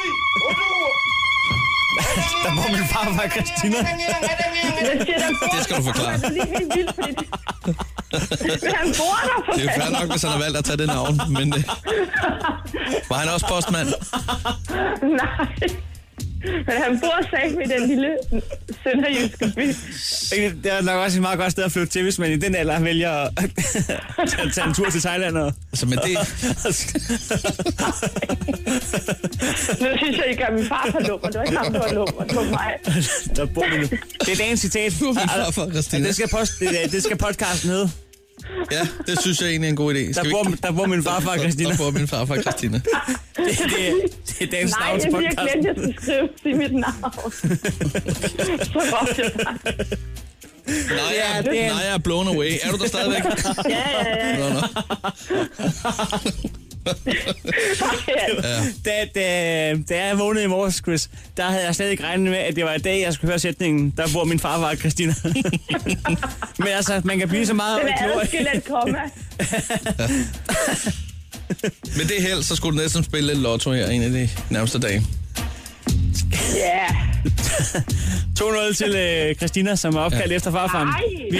Der bor min farfar, Christina. Jeg siger, der bor. Det skal du forklare. Det er lige helt vildt, fordi det... Men han bor der for Det er jo fair nok, hvis han har valgt at tage det navn, men øh, var han også postmand? Nej. Men han bor sagt i den lille sønderjyske by. Det er nok også et meget godt sted at flytte til, hvis man i den alder vælger at tage, tage en tur til Thailand. Og... Altså, men det... Nu synes jeg, I gør min far for lummer. Det var ikke ham, der var lummer. Det var mig. Der bor min... Det er dagens citat. Farfar, det, skal post, det, det skal podcasten hedde. Ja, det synes jeg egentlig er en god idé. Der bor, ikke... der bor min farfar, Christina. Der bor min farfar, Christina. det, det, det er dagens Nej, navn til podcasten. Nej, jeg glemte, jeg skulle skrive til mit navn. Så råbte jeg bare. Nej, ja, er... nej, er blown away. Er du der stadigvæk? Ja, ja, ja. Nå, nå. ja. da, da, da jeg vågnede i morges, Chris, der havde jeg slet ikke regnet med, at det var i dag, jeg skulle høre sætningen, der bor min farfar, Christina. Men altså, man kan blive så meget... Det er altid et komma. Med det held, så skulle du næsten spille lidt lotto her en af de nærmeste dage. Ja. Yeah. to nul til øh, Christina, som er opkaldt ja. efter farfaren. Nej. Vi...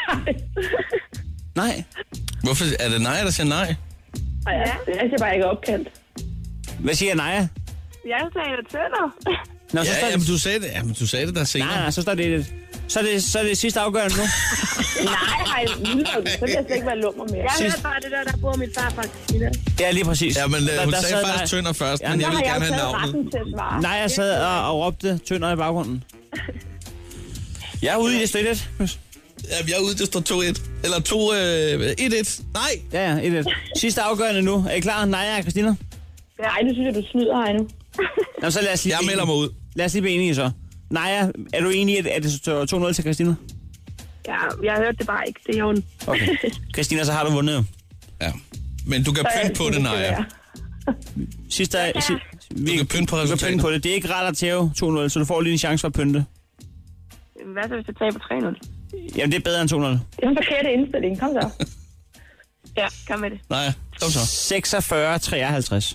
Nej. Hvorfor er det nej, der siger nej? Ja, jeg siger bare ikke opkaldt. Hvad siger Naja? Jeg sagde det tønder. Nå, så ja, jamen, du sagde det, jamen, du sagde det der senere. Nej, nej, så står det et. Så er det, så er det sidste afgørende nu. Nej, hej, så vil jeg slet ikke være lummer mere. Jeg hørte bare det der, der bor min farfar, Christina. Ja, lige præcis. Ja, men der, hun der sagde faktisk Tønder først, ja, men jeg vil gerne have navnet. Nej, jeg sad og, og råbte Tønder i baggrunden. Jeg er ude i det støt et. Ja, jeg er ude, det står to et. Eller to et et. Nej! Ja, ja, et et. Sidste afgørende nu. Er I klar? Nej, ja, Christina? Nej, nu synes jeg, du snyder her nu. Nå, så lad os lige jeg melder mig ud. Lad os lige blive enige så. Naja, er du enig i, at det står to nul til Christina? Ja, jeg har hørt det bare ikke. Det er jo okay. Christina, så har du vundet jo. Ja. Men du kan pynte på det, Naja. Sidste er... Ja. Si, vi, du kan pynte på resultatet. Du kan pynte på det. Det er ikke ret at tæve to nul, så du får lige en chance for at pynte. Hvad så, hvis jeg tager på tre nul? Jamen, det er bedre end to nul. Det er en forkert indstilling. Kom så. Ja, kom med det. Nej, kom så. seksogfyrre treoghalvtreds.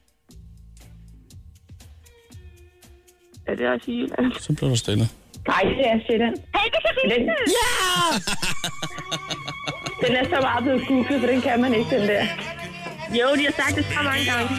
Er det også i Jylland? Så bliver du stille. Nej, det er Sjælland. Hey, det kan vi ikke! Ja! Den er så meget blevet googlet, for den kan man ikke, den der. Jo, de har sagt det så mange gange.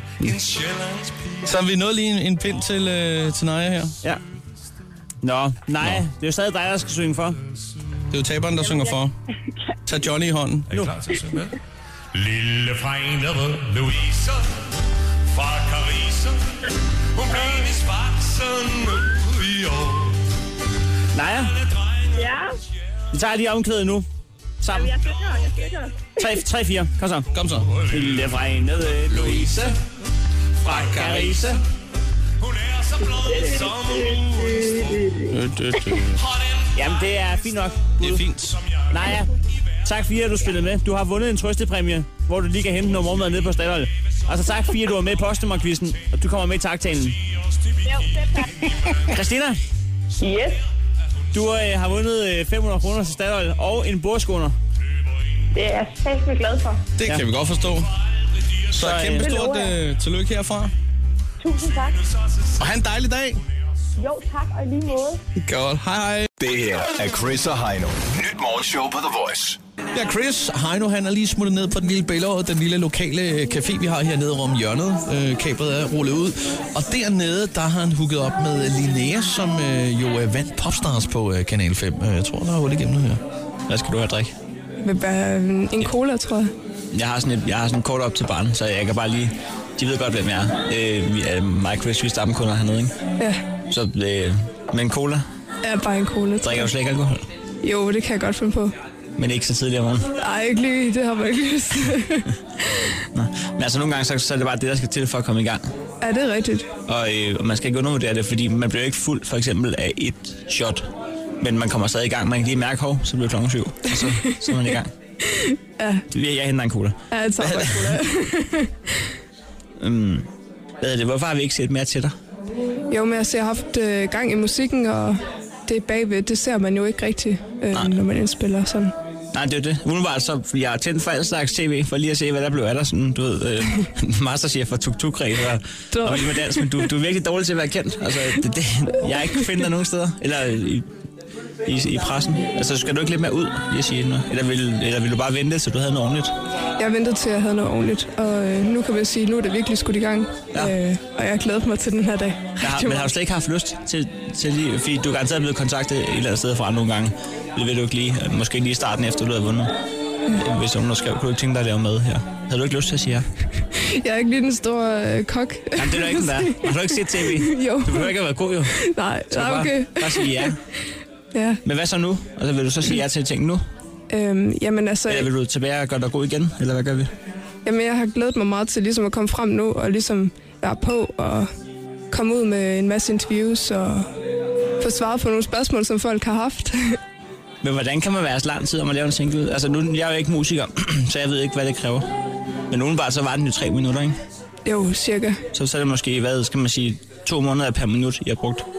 Så har vi nået lige en, en pind til, øh, til Naja her. Ja. Nå, nej, Nå. Det er jo stadig dig, der skal synge for. Det er jo taberen, der synger for. Tag Johnny i hånden. Er I klar til at synge med? Lille fregnede Louise fra Carisse, hun blev i sparsen nu i år. Naja. Ja? Vi tager lige omkvædet nu. Sammen. Jamen, jeg synger, jeg synger. tre fire, kom så. Kom så. Lille fregnede Louise fra Carisse. Hun er så blød som Jamen, det er fint nok. Det er fint. Naja, tak fordi du spillede med. Du har vundet en trøstepræmie, hvor du lige kan hente noget morgenmad nede på Statoil. Altså tak fordi du var med i postnummerquizzen, og du kommer med i taktalen. Jo, det er tak. Christina? Yes? Du øh, har vundet øh, fem hundrede kroner til Statoil og en bordskåner. Det er jeg selv glad for. Det ja. kan vi godt forstå. Så, Så kæmpe stort øh, tillykke herfra. Tusind tak. Og have en dejlig dag. Jo, tak, og i lige måde. Godt. Hej, hej. Det her er Chris og Heino. Nyt morgenshow på The Voice. Ja, Chris. Heino, han er lige smuttet ned på den lille Bællerød, den lille lokale café, vi har hernede om hjørnet. Øh, kablet er rullet ud. Og dernede, der har han hooket op med Linnea, som øh, jo øh, vandt Popstars på øh, Kanal fem. Jeg tror, der er hul igennem her. Hvad skal du have at drikke? En cola, tror jeg. Jeg har sådan et, jeg har sådan et kort op til barn, så jeg kan bare lige... De ved godt, hvem jeg er. Øh, vi er mig og Chris, vi er stamkunder hernede, ikke? Ja. Så øh, med en cola. Ja, bare en cola. Drikker du slet ikke alkohol? Jo, det kan jeg godt finde på. Men ikke så tidligt om morgenen? Nej, ikke lige. Det har man ikke lyst. Nå. Men altså nogle gange, så, så er det bare det, der skal til for at komme i gang. Ja, det er rigtigt. Og, øh, og man skal ikke undervurdere det, fordi man bliver ikke fuld for eksempel af et shot. Men man kommer stadig i gang. Man kan lige mærke, hov, så bliver klokken syv. Og så, så er man i gang. Ja. Jeg henter en cola. Ja, jeg tager bare cola. um, hvad er det? Hvorfor har vi ikke set mere til dig? Jo, men altså, jeg har haft øh, gang i musikken, og det bagved, det ser man jo ikke rigtigt, øh, når man indspiller sådan. Nej, det er det. Umiddelbart så jeg har tændt for al slags tv, for lige at se, hvad der blev af dig. Sådan, du ved, øh, masterchef og tuk-tuk-ræs og, og med dans, men du, du er virkelig dårlig til at være kendt. Altså, det, det, jeg har ikke fundet dig nogen steder, eller i, i, i pressen. Altså, skal du ikke lidt mere ud, jeg siger noget? Eller vil, eller vil du bare vente, så du havde noget ordentligt? Jeg ventede til, at jeg havde noget ordentligt, og øh, nu kan vi sige, nu er det virkelig skudt i gang. Ja. Øh, og jeg har glædet mig til den her dag. Har, men har du slet ikke haft lyst til, til lige, fordi du er garanteret blevet kontaktet et eller andet sted fra nogle gange. Det ved du ikke lige, måske lige i starten efter, du havde vundet. Ja. Hvis nogen skrev, kunne du ikke tænke dig at lave med her? Havde du ikke lyst til at sige ja? Jeg er ikke lige den store øh, kok. Jamen, det er du ikke, den der. Har du ikke set tv? Jo. Du behøver ikke at være god, jo. Nej, så nej, okay. Bare, bare sige ja. Ja. Men hvad så nu? Altså, vil du så sige ja til ting nu? Øhm, jamen altså... Eller vil du tilbage og gøre dig god igen? Eller hvad gør vi? Jamen, jeg har glædet mig meget til ligesom at komme frem nu, og ligesom være på, og komme ud med en masse interviews, og få svaret på nogle spørgsmål, som folk har haft. Men hvordan kan man være så lang tid om at lave en single? Altså, nu jeg er jo ikke musiker, så jeg ved ikke, hvad det kræver. Men umiddelbart, så var den jo tre minutter, ikke? Jo, cirka. Så, så er det måske, hvad skal man sige, to måneder per minut, jeg har brugt.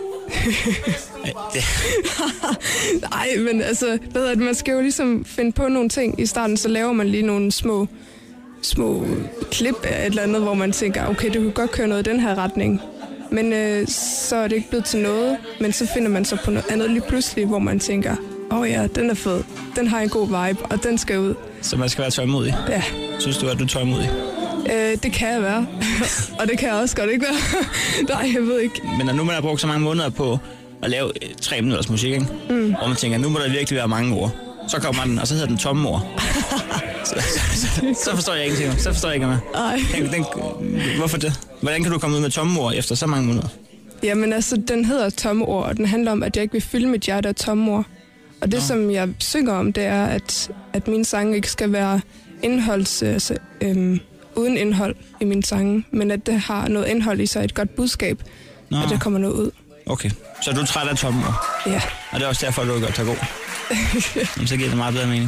Nej, men altså, hvad det, man skal jo ligesom finde på nogle ting. I starten, så laver man lige nogle små, små klip af et eller andet, hvor man tænker, okay, det kunne godt køre noget i den her retning. Men øh, så er det ikke blevet til noget, men så finder man så på noget andet lige pludselig, hvor man tænker, åh oh ja, den er fed, den har en god vibe, og den skal ud. Så man skal være tålmodig? Ja. Synes du, at du er tålmodig? Øh, det kan jeg være, og det kan jeg også godt ikke være. Nej, jeg ved ikke. Men når nu man har brugt så mange måneder på at lave tre minutters musik, ikke? Mm. Og man tænker, nu må der virkelig være mange ord. Så kommer den, og så hedder den tomme ord. så, så, så, så forstår jeg ingenting. Så forstår jeg ikke mere. Den, den, hvorfor det? Hvordan kan du komme ud med tomme ord efter så mange måneder? Jamen altså, den hedder tomme ord, og den handler om, at jeg ikke vil fylde mit hjerte af tomme ord. Og det, Nå. som jeg synger om, det er, at, at mine sange ikke skal være indholds... Altså, øhm, uden indhold i mine sange, men at det har noget indhold i sig, et godt budskab, Nå. at der kommer noget ud. Okay, så du er træt af tomme ord? Ja. Og det er også derfor, du er godt tage god? Jamen, så giver det meget bedre mening.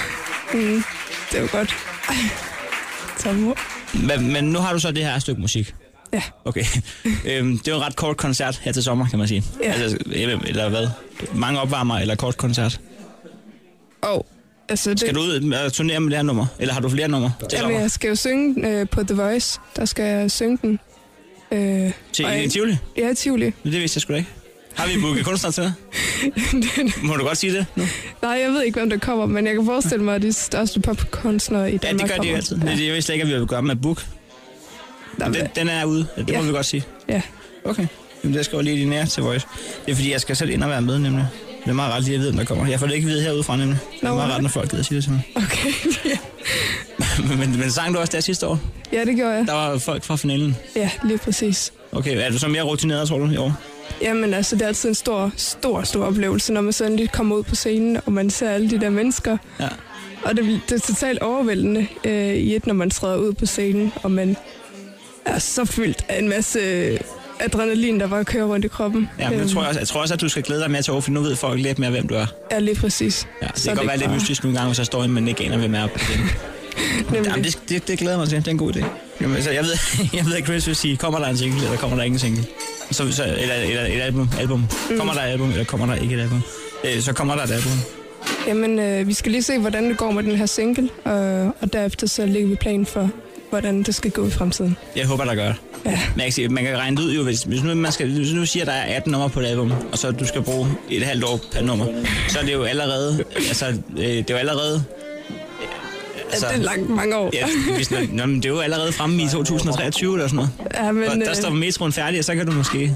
Mm, det er jo godt. Tomme ord. Men, men nu har du så det her stykke musik? Ja. Okay. øhm, det er jo en ret kort koncert her til sommer, kan man sige. Ja. Altså, eller, eller hvad? Mange opvarmer eller kort koncert? Åh. Oh. Altså, det... Skal du ud og turnere med det her nummer? Eller har du flere numre? Jamen, jeg skal jo synge øh, på The Voice. Der skal jeg synge den. Øh, til i jeg... Tivoli? Ja, Tivoli. Men det vidste jeg sgu da ikke. Har vi booket kunstner til det? Må du godt sige det nu? Nej, jeg ved ikke, hvem der kommer, men jeg kan forestille mig, at de største popkunstnere i Danmark Ja, det gør de altid. Ja. Jeg vidste ikke, at vi ville gøre med at book. Den, den er ude, det ja. må vi godt sige. Ja. Okay. Jamen, det skal jo lige nære til Voice. Det er fordi, jeg skal selv ind og være med, nemlig. Det er meget ret lige at vide, om der kommer. Jeg får det ikke vide herude nemlig. Det er meget ret, når folk gider sige det til mig. Okay, ja. men, men sang du også der sidste år? Ja, det gjorde jeg. Der var folk fra finalen? Ja, lige præcis. Okay, er du så mere rutineret, tror du, i år? Jamen altså, det er altid en stor, stor, stor oplevelse, når man så endelig kommer ud på scenen, og man ser alle de der mennesker. Ja. Og det, det er totalt overvældende øh, i et, når man træder ud på scenen, og man er så fyldt af en masse adrenalin, der bare kører rundt i kroppen. Ja, men jeg tror, også, jeg tror også, at du skal glæde dig mere til år, for nu ved folk lidt mere, hvem du er. Ja, lige præcis. Ja, det så kan godt være bare... lidt mystisk nogle gange, hvis jeg står ind, men ikke aner, hvem er på scenen. Jamen, det, det, det glæder mig til. Det er en god idé. Jamen, altså, jeg ved, jeg ved, at Chris vil sige, kommer der en single, eller kommer der ikke en single? Så, så, eller, eller et album. album. Mm. Kommer der et album, eller kommer der ikke et album? Øh, så kommer der et album. Jamen, øh, vi skal lige se, hvordan det går med den her single, og, og derefter så lægger vi planen for, hvordan det skal gå i fremtiden. Jeg håber, der gør det. Ja. Man kan, sige, man kan regne det ud jo, hvis, hvis, nu, man skal, hvis nu siger, at der er atten numre på et album, og så du skal bruge et halvt år per nummer, så er det jo allerede, altså, øh, det er jo allerede... Altså, ja, det er langt mange år. Ja, hvis, nå, men det er jo allerede fremme i to tusind treogtyve eller sådan noget. Ja, men, og der står metroen færdig, og så kan du måske...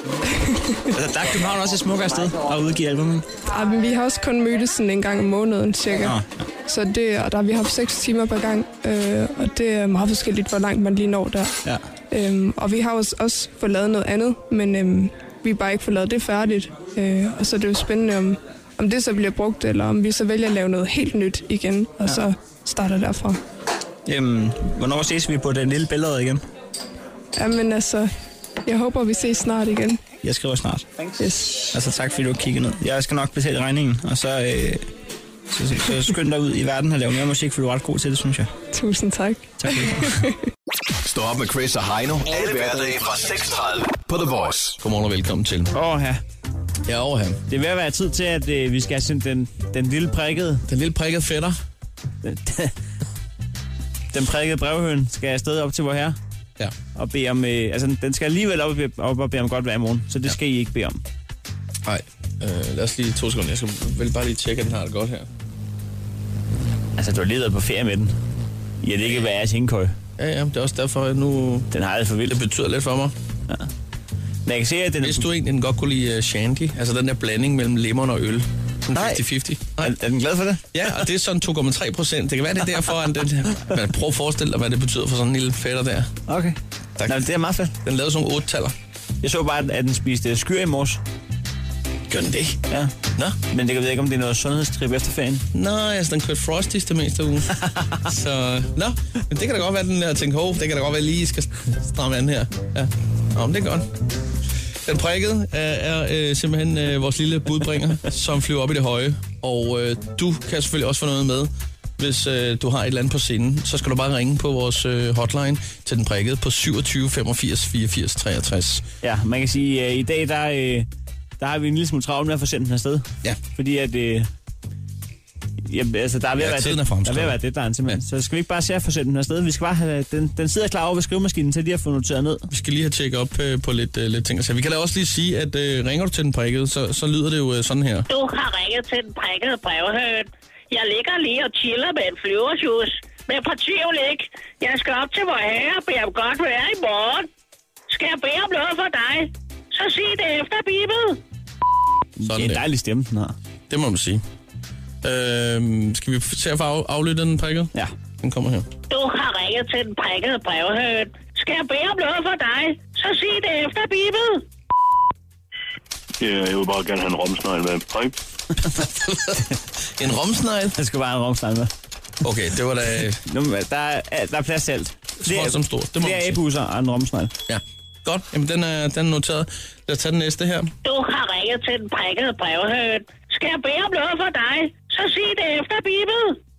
altså, der er København også et smukkere sted at udgive album, ikke? Ja, men vi har også kun mødtes sådan en gang om måneden, cirka. Nå, ja. Så det, og der har vi haft seks timer per gang, øh, og det er meget forskelligt, hvor langt man lige når der. Ja. Øhm, og vi har også, også fået lavet noget andet, men øhm, vi bare ikke får lavet det færdigt. Øh, og så er det jo spændende, om, om det så bliver brugt, eller om vi så vælger at lave noget helt nyt igen, og ja. så starter derfra. Jamen, hvornår ses vi på den lille billede igen? Jamen altså, jeg håber, vi ses snart igen. Jeg skriver snart. Thanks. Yes. Altså tak, fordi du kiggede ned. Jeg skal nok betale regningen, og så, øh, så, så, så skynd dig ud i verden og lave mere musik, for du er ret god til det, synes jeg. Tusind tak. Tak for det. Stå op med Chris og Heino. Alle hverdage fra seks tredive på The Voice. Godmorgen og velkommen til. Åh, ja. Ja, over her. Det er ved at være tid til, at øh, vi skal have sendt den, den lille prikkede... Den lille prikkede fætter. Den, den prikkede brevhøn skal afsted op til vor herre. Ja. Og bede om... Øh, altså, den skal alligevel op, op og bede om godt vejr i morgen, så det ja. skal I ikke bede om. Nej. Øh, lad os lige to sekunder. Jeg skal vel bare lige tjekke, at den har det godt her. Altså, du har ledet på ferie med den. I har det ikke været jeres hængekøj. Ja, ja, det er også derfor, at nu... Den har det for vildt. Det betyder lidt for mig. Ja. Men jeg kan se, at den... Hvis du egentlig den godt kunne lide uh, shandy, altså den der blanding mellem lemon og øl. Nej. halvtreds halvtreds. Nej. Er, er den glad for det? Ja, og det er sådan to komma tre procent. Det kan være, det er derfor, at den... Men prøv at forestille dig, hvad det betyder for sådan en lille fætter der. Okay. Tak. Nå, det er meget fedt. Den lavede sådan nogle otte-taller. Jeg så bare, at den spiste skyr i morges. Gør den det? Ja. Nå? Men det kan jeg ikke, om det er noget sundhedstrip efter ferien. Nej, altså den kørte Frosties det meste af ugen. Så, nå, men det kan da godt være, den der tænker, hov, det kan da godt være, lige skal stramme an her. Ja, nå, men det er godt. Den prikkede er, er øh, simpelthen øh, vores lille budbringer, som flyver op i det høje. Og øh, du kan selvfølgelig også få noget med, hvis øh, du har et eller andet på scenen. Så skal du bare ringe på vores øh, hotline til den prikkede på syvogtyve femogfirs fireogfirs treogtres. Ja, man kan sige, at øh, i dag, der, øh, der har vi en lille smule travlt med at få sendt den afsted. Ja. Fordi at... Øh, ja, altså, der er ved at ja, være det, det, der er ved at være det, der er simpelthen. Ja. Så skal vi ikke bare se at få sendt den afsted. Vi skal bare have, den, den sidder klar over ved skrivemaskinen til lige at få noteret ned. Vi skal lige have tjekket op øh, på lidt, øh, lidt ting. Så vi kan da også lige sige, at øh, ringer du til den prikkede, så, så lyder det jo øh, sådan her. Du har ringet til den prikkede brevhøn. Jeg ligger lige og chiller med en flyvershus. Men på tvivl ikke. Jeg skal op til vor herre og bede om godt vejr i morgen. Skal jeg bede om noget for dig? Så sig det efter Bibel. Sådan det er en dejlig stemme, den har. Det må man sige. Øh, skal vi se at få af, aflytte den prikkede? Ja. Den kommer her. Du har ringet til den prikkede brevhøn. Skal jeg bede om noget for dig? Så sig det efter Bibel. Ja, jeg vil bare gerne have en romsnegl med. Hej. En romsnegl? Jeg skal bare have en romsnegl med. Okay, det var da... Nu, der, er, der er plads til alt. Småt som stort. Det må flere æbusser og en romsnegl. Ja. Godt. Jamen, den er, den er noteret. Lad os tage den næste her. Du har ringet til den prikkede brevhøn. Skal jeg bede om noget for dig? Så sig det efter Bibel.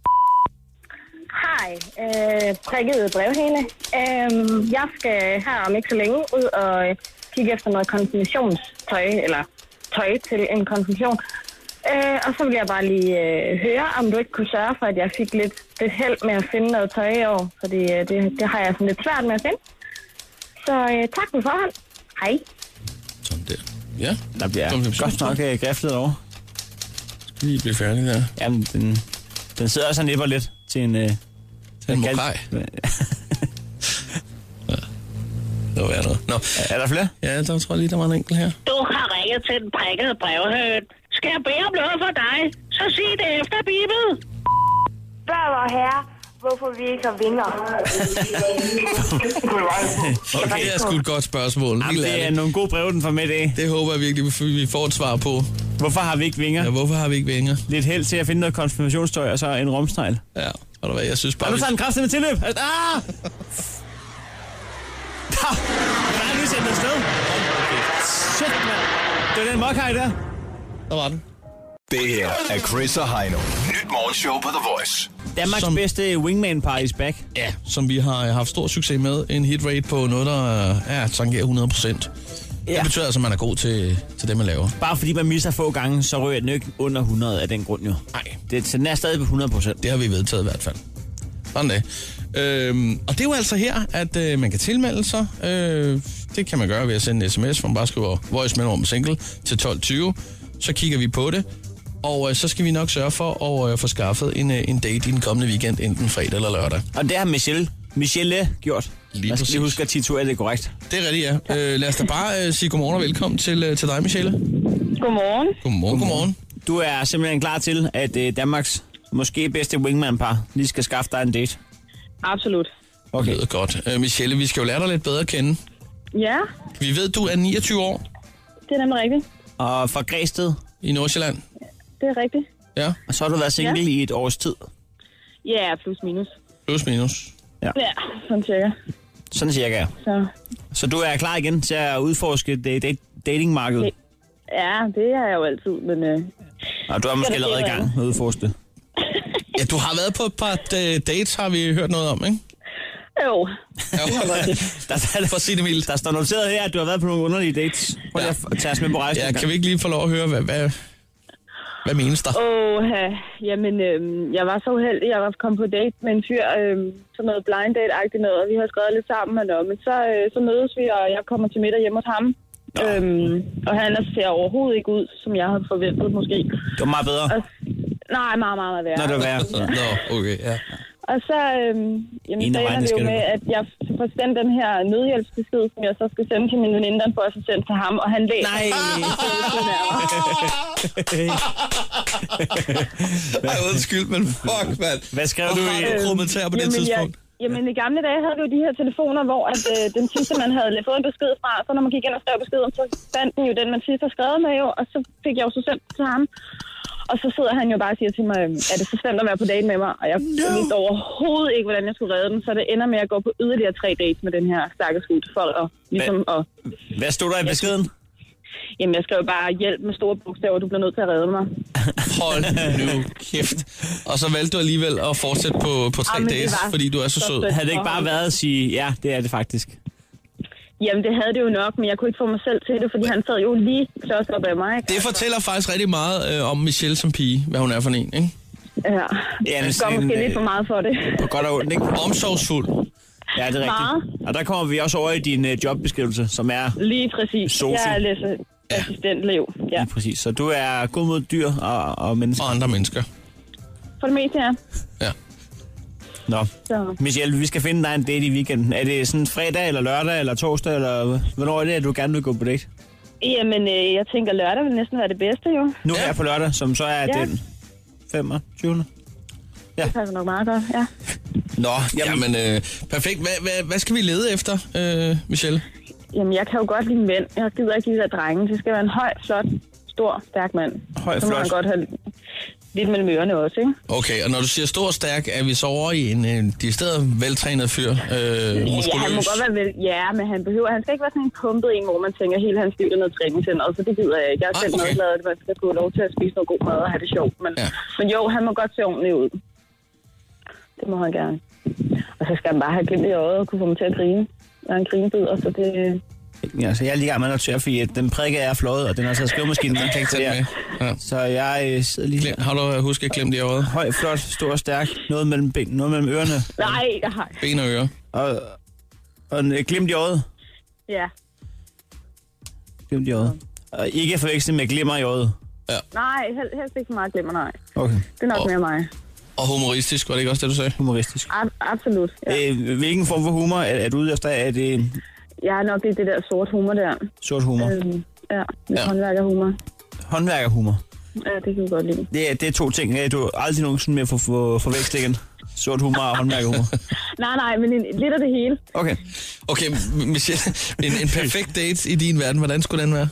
Hej, øh, prikkede brevhæne. Øh, jeg skal her om ikke så længe ud og kigge efter noget konfirmationstøj, eller tøj til en konfirmation. Øh, og så vil jeg bare lige øh, høre, om du ikke kunne sørge for, at jeg fik lidt, lidt held med at finde noget tøj i år. Fordi øh, det, det har jeg sådan lidt svært med at finde. Så øh, tak på forhånd. Hej. Sådan der. Ja. Der bliver godt nok øh, griflet over. Skal lige blive færdig der. Jamen, den, den sidder også og nipper lidt til en... Øh, til en mokaj. Ja. Det var værd noget. Nå. Er, er der flere? Ja, der tror jeg lige, der var en enkelt her. Du har ringet til den prikkede brevhøn. Skal jeg bede om noget for dig? Så sig det efter Bibel. Spørg vor herre, hvorfor vi ikke har vinger. Okay, det er sgu et godt spørgsmål. Jamen, det er nogle gode breve, den får med det. Det håber jeg virkelig, vi får et svar på. Hvorfor har vi ikke vinger? Ja, hvorfor har vi ikke vinger? Lidt held til at finde noget konfirmationstøj, og så en romsnegl. Ja, og der var jeg synes bare... Og nu tager den kraftigt med tilløb. Ah! Der er lige sendt afsted. Shit, mand. Det var den mokhaj der. Der var den. Det her er Chris og Heino. Nyt morgenshow på The Voice. Danmarks som, bedste wingman par is back. Ja, som vi har haft stor succes med. En hit rate på noget, der er tangerer hundrede procent. Ja. Det betyder altså, at man er god til, til det, man laver. Bare fordi man misser få gange, så rører den ikke under hundrede af den grund jo. Nej. Det, den er stadig på hundrede procent. Det har vi vedtaget i hvert fald. Sådan det. Øhm, og det er jo altså her, at øh, man kan tilmelde sig. Øh, det kan man gøre ved at sende en sms, hvor man bare skriver voice mellemrum single til tolv tyve. Så kigger vi på det. Og øh, så skal vi nok sørge for at øh, få skaffet en, øh, en date i den kommende weekend, enten fredag eller lørdag. Og det har Michelle, Michelle gjort. Lige jeg skal lige huske at titulere det korrekt. Det er rigtigt, ja. Øh, lad os da bare øh, sige godmorgen og velkommen til, øh, til dig, Michelle. Godmorgen. Godmorgen, godmorgen. godmorgen. Du er simpelthen klar til, at øh, Danmarks måske bedste wingman-par lige skal skaffe dig en date. Absolut. Okay. Det lyder godt. Øh, Michelle, vi skal jo lære dig lidt bedre at kende. Ja. Vi ved, du er niogtyve år. det er nemlig rigtigt. Og fra Græsted? I Nordsjælland? Det er rigtigt. Ja. Og så har du været single ja. i et års tid? Ja, plus minus. Plus minus? Ja. Ja, sådan cirka. Sådan cirka, ja. Så, så du er klar igen til at udforske det datingmarkedet? ja, det er jeg jo altid, men... Øh, og du er måske allerede i gang med at udforske det? Ja, du har været på et par dates, har vi hørt noget om, ikke? Jo. jo. der, der, For at sige det mildt. Der står noteret her, at du har været på nogle underlige dates. Prøv lige at tage os med på rejsen. Ja, kan vi ikke lige få lov at høre, hvad, hvad, hvad menes der? Åh, oh, jamen, øh, jeg var så uheldig. Jeg var kommet på date med en fyr, øh, sådan noget blind date-agtigt noget, og vi har skrevet lidt sammen med noget. Men så, øh, så mødes vi, og jeg kommer til middag hjemme hos ham. Øhm, og han ser overhovedet ikke ud, som jeg havde forventet måske. Det var meget bedre? Og, nej, meget, meget, meget værre. Nå, det var værre. Nå, okay, ja. Og så, øhm, jamen, så ender det jo med, at jeg får sendt den her nødhjælpsbesked, som jeg så skal sende til min veninde, den får jeg så sendt til ham, og han læser. Nej! Ej, undskyld, men fuck, mand. Hvad skrev du i kommentar på det tidspunkt? Jeg, jamen, i gamle dage havde vi jo de her telefoner, hvor at, øh, den sidste, man havde fået en besked fra, så når man gik ind og skrev beskeden, så fandt den jo den, man sidst har skrevet med, jo, og så fik jeg jo så sendt til ham. Og så sidder han jo bare og siger til mig, er det så slemt at være på date med mig? Og jeg no. vidste overhovedet ikke, hvordan jeg skulle redde den. Så det ender med at gå på yderligere tre dates med den her stakkels gut for at ligesom Hva? at... Hvad stod der i beskeden? Jamen, jeg skrev bare hjælp med store bogstaver, du bliver nødt til at redde mig. Hold nu kæft. Og så valgte du alligevel at fortsætte på, på tre Jamen, dates, fordi du er så, så sød. Havde det ikke bare været at sige, ja, det er det faktisk? Jamen, det havde det jo nok, men jeg kunne ikke få mig selv til det, fordi han sad jo lige klods op af mig. Ikke? Det fortæller faktisk rigtig meget øh, om Michelle som pige, hvad hun er for en, ikke? Ja, ja det går måske øh, lidt for meget for det. På godt og ondt, ikke? Omsorgsfuld. Ja, det er rigtigt. Og der kommer vi også over i din øh, jobbeskrivelse, som er... Lige præcis. Sosu. Jeg er læse assistentelev. Ja. Lige præcis. Så du er god mod dyr og, og mennesker. Og andre mennesker. For det meste, ja. Ja. Nå, så. Michelle, vi skal finde dig en date i weekenden. Er det sådan fredag, eller lørdag, eller torsdag, eller hvornår er det, at du gerne vil gå på date? Jamen, øh, jeg tænker, lørdag vil næsten være det bedste, jo. Nu er ja. jeg på lørdag, som så er ja. den femogtyvende Ja. Det passer nok meget godt, ja. Nå, jamen, øh, perfekt. Hvad, hvad, hvad skal vi lede efter, øh, Michelle? Jamen, jeg kan jo godt lide mænd. Jeg gider ikke de der drenge. Det skal være en høj, flot, stor, stærk mand. Høj, så flot. Så må han godt have lidt mellem ørerne også, ikke? Okay, og når du siger stor og stærk, er vi så over i en, en de steder veltrænet fyr? Øh, muskuløs? Ja, han må godt være vel... Ja, men han behøver... Han skal ikke være sådan en pumpet en, hvor man tænker, hele hans liv er noget træningscenter, så det gider jeg ikke. Jeg er selv ah, okay. noget glad, at man skal få lov til at spise noget god mad og have det sjovt. Men, ja. men jo, han må godt se ordentligt ud. Det må han gerne. Og så skal han bare have glimt i øjet og kunne få mig til at grine. Jeg er en grinebid, og så det... Ja, så jeg er lige gang med at notere, fordi den prikke er fløjet, og den er altså skrivemaskinen, man kan ikke tage med. Ja. Så jeg øh, sidder lige... Glem, har du husket glemt i øjet? Høj, flot, stor og stærk. Noget mellem ben, noget mellem ørerne. Nej, jeg har ben og ører. Og, og en glimt i øjet. Ja. Glimt i øjet. Og ikke forveksle med glimmer i øjet. Ja. Nej, hel- helst ikke for meget glimmer, nej. Okay. Det er nok og, mere mig. Og humoristisk, var det ikke også det, du sagde? Humoristisk. Ab- absolut, ja. Øh, hvilken form for humor er, er du ude efter? Er det... Jeg er nok det, det der sort humor der. Sort humor? Øhm, ja, lidt ja. håndværkerhumor. Håndværkerhumor? Ja, det kan jeg godt lide. Det er, det er to ting, du aldrig nogensinde med for, for, forveksle igen. Sort humor og håndværkerhumor. nej, nej, men en, lidt af det hele. Okay. Okay, Michelle, en, en perfekt date i din verden, hvordan skulle den være?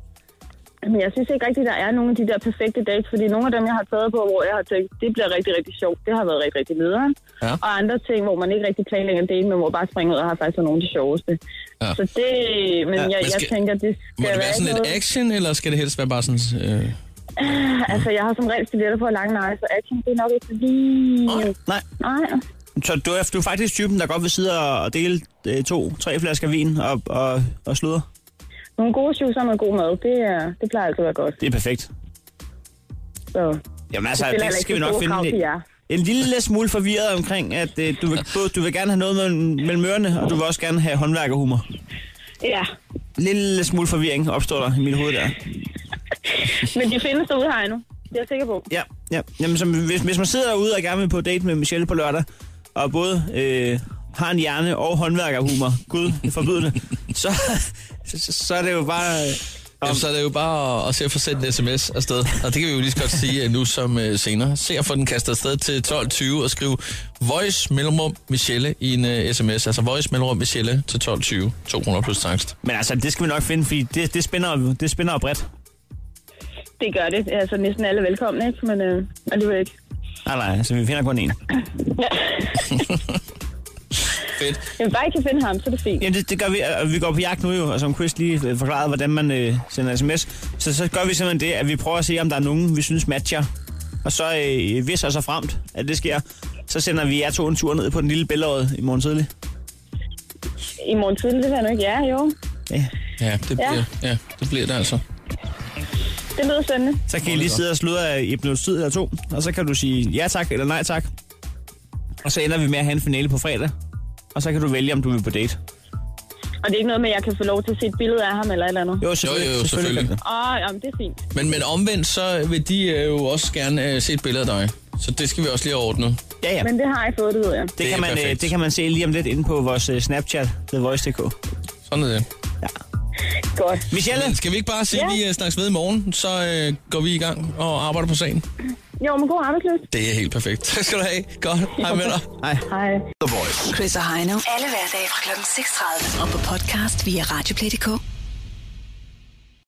Men jeg synes ikke rigtigt, der er nogle af de der perfekte dates, fordi nogle af dem, jeg har taget på, hvor jeg har tænkt, det bliver rigtig, rigtig sjovt. Det har været rigtig, rigtig nederen. Ja. Og andre ting, hvor man ikke rigtig planlægger en date, men hvor bare springer ud og har faktisk været nogle af de sjoveste. Ja. Så det, men ja, jeg, men skal, jeg tænker, det skal må det være, være sådan noget... et action, eller skal det helst være bare sådan... Øh... Uh, altså, jeg har som regel stiletter på lange negle, så action, det er nok ikke lige... Okay. Nej. Nej. Så du er, du er faktisk typen, der godt vil sidde og dele øh, to, tre flasker vin og, og, og sludre? Nogle gode shoes og noget god mad, det, er, det plejer altid at være godt. Det er perfekt. Så. Jamen altså, det, det skal vi nok finde en, en lille smule forvirret omkring, at øh, du, vil, både, du vil gerne have noget mellem, mellem ørerne, og du vil også gerne have håndværkerhumor. Ja. En lille smule forvirring opstår der i mit hoved der. Men de findes derude her endnu. Det er jeg sikker på. Ja, ja. Jamen, så, hvis, hvis man sidder derude og gerne vil på date med Michelle på lørdag, og både øh, har en hjerne og håndværkerhumor, gud forbyde det, så, så, så er det jo bare Jamen, så er det jo bare at, at se at få sendt en sms afsted. Og det kan vi jo lige så godt sige nu som uh, senere. Se at få den kastet afsted til tolv tyve og skrive voice mellemrum Michelle i en uh, sms. Altså voice mellemrum Michelle til tolv tyve. to hundrede plus takst. Men altså, det skal vi nok finde, fordi det, det spænder det spænder bredt. Det gør det. Altså næsten alle er velkomne, ikke? Men øh, alligevel ikke. Nej, nej, så vi finder kun en. Fedt. Jamen bare ikke kan finde ham, så er det fint. Jamen det, det gør vi, og vi går på jagt nu jo, og som Chris lige forklarede, hvordan man øh, sender sms. Så, så gør vi simpelthen det, at vi prøver at se, om der er nogen, vi synes matcher. Og så øh, hvis og så fremt, at det sker, så sender vi jer to en tur ned på den lille bælgerød i morgen tidlig. I morgen tidlig, det er nu ikke ja, jo. Ja, ja, det bliver, ja. ja, det bliver det altså. Det lyder spændende. Så kan I lige sidde og sludre i et minut tid eller to, og så kan du sige ja tak eller nej tak. Og så ender vi med at have en finale på fredag. Og så kan du vælge, om du vil på date. Og det er ikke noget med, at jeg kan få lov til at se et billede af ham eller et eller andet? Jo, selvfølgelig. Jo, jo, selvfølgelig. Åh, oh, jamen, det er fint. Men, men omvendt, så vil de øh, jo også gerne øh, se et billede af dig. Så det skal vi også lige ordne. Ja, ja. Men det har jeg fået, det ved jeg. Det, det, kan, man, øh, det kan man se lige om lidt inde på vores øh, Snapchat, The Voice punktum d k. Sådan er det. Ja. Godt. Michelle, skal vi ikke bare sige, at ja. vi snakkes ved i morgen, så øh, går vi i gang og arbejder på sagen? Jo, men god arbejdsløs. Det er helt perfekt. Tak skal du have. Godt. Hej med dig. Hej. Hej. The Voice. Chris og Heino. Alle hverdage fra klokken seks tredive. Og på podcast via radioplay punktum d k.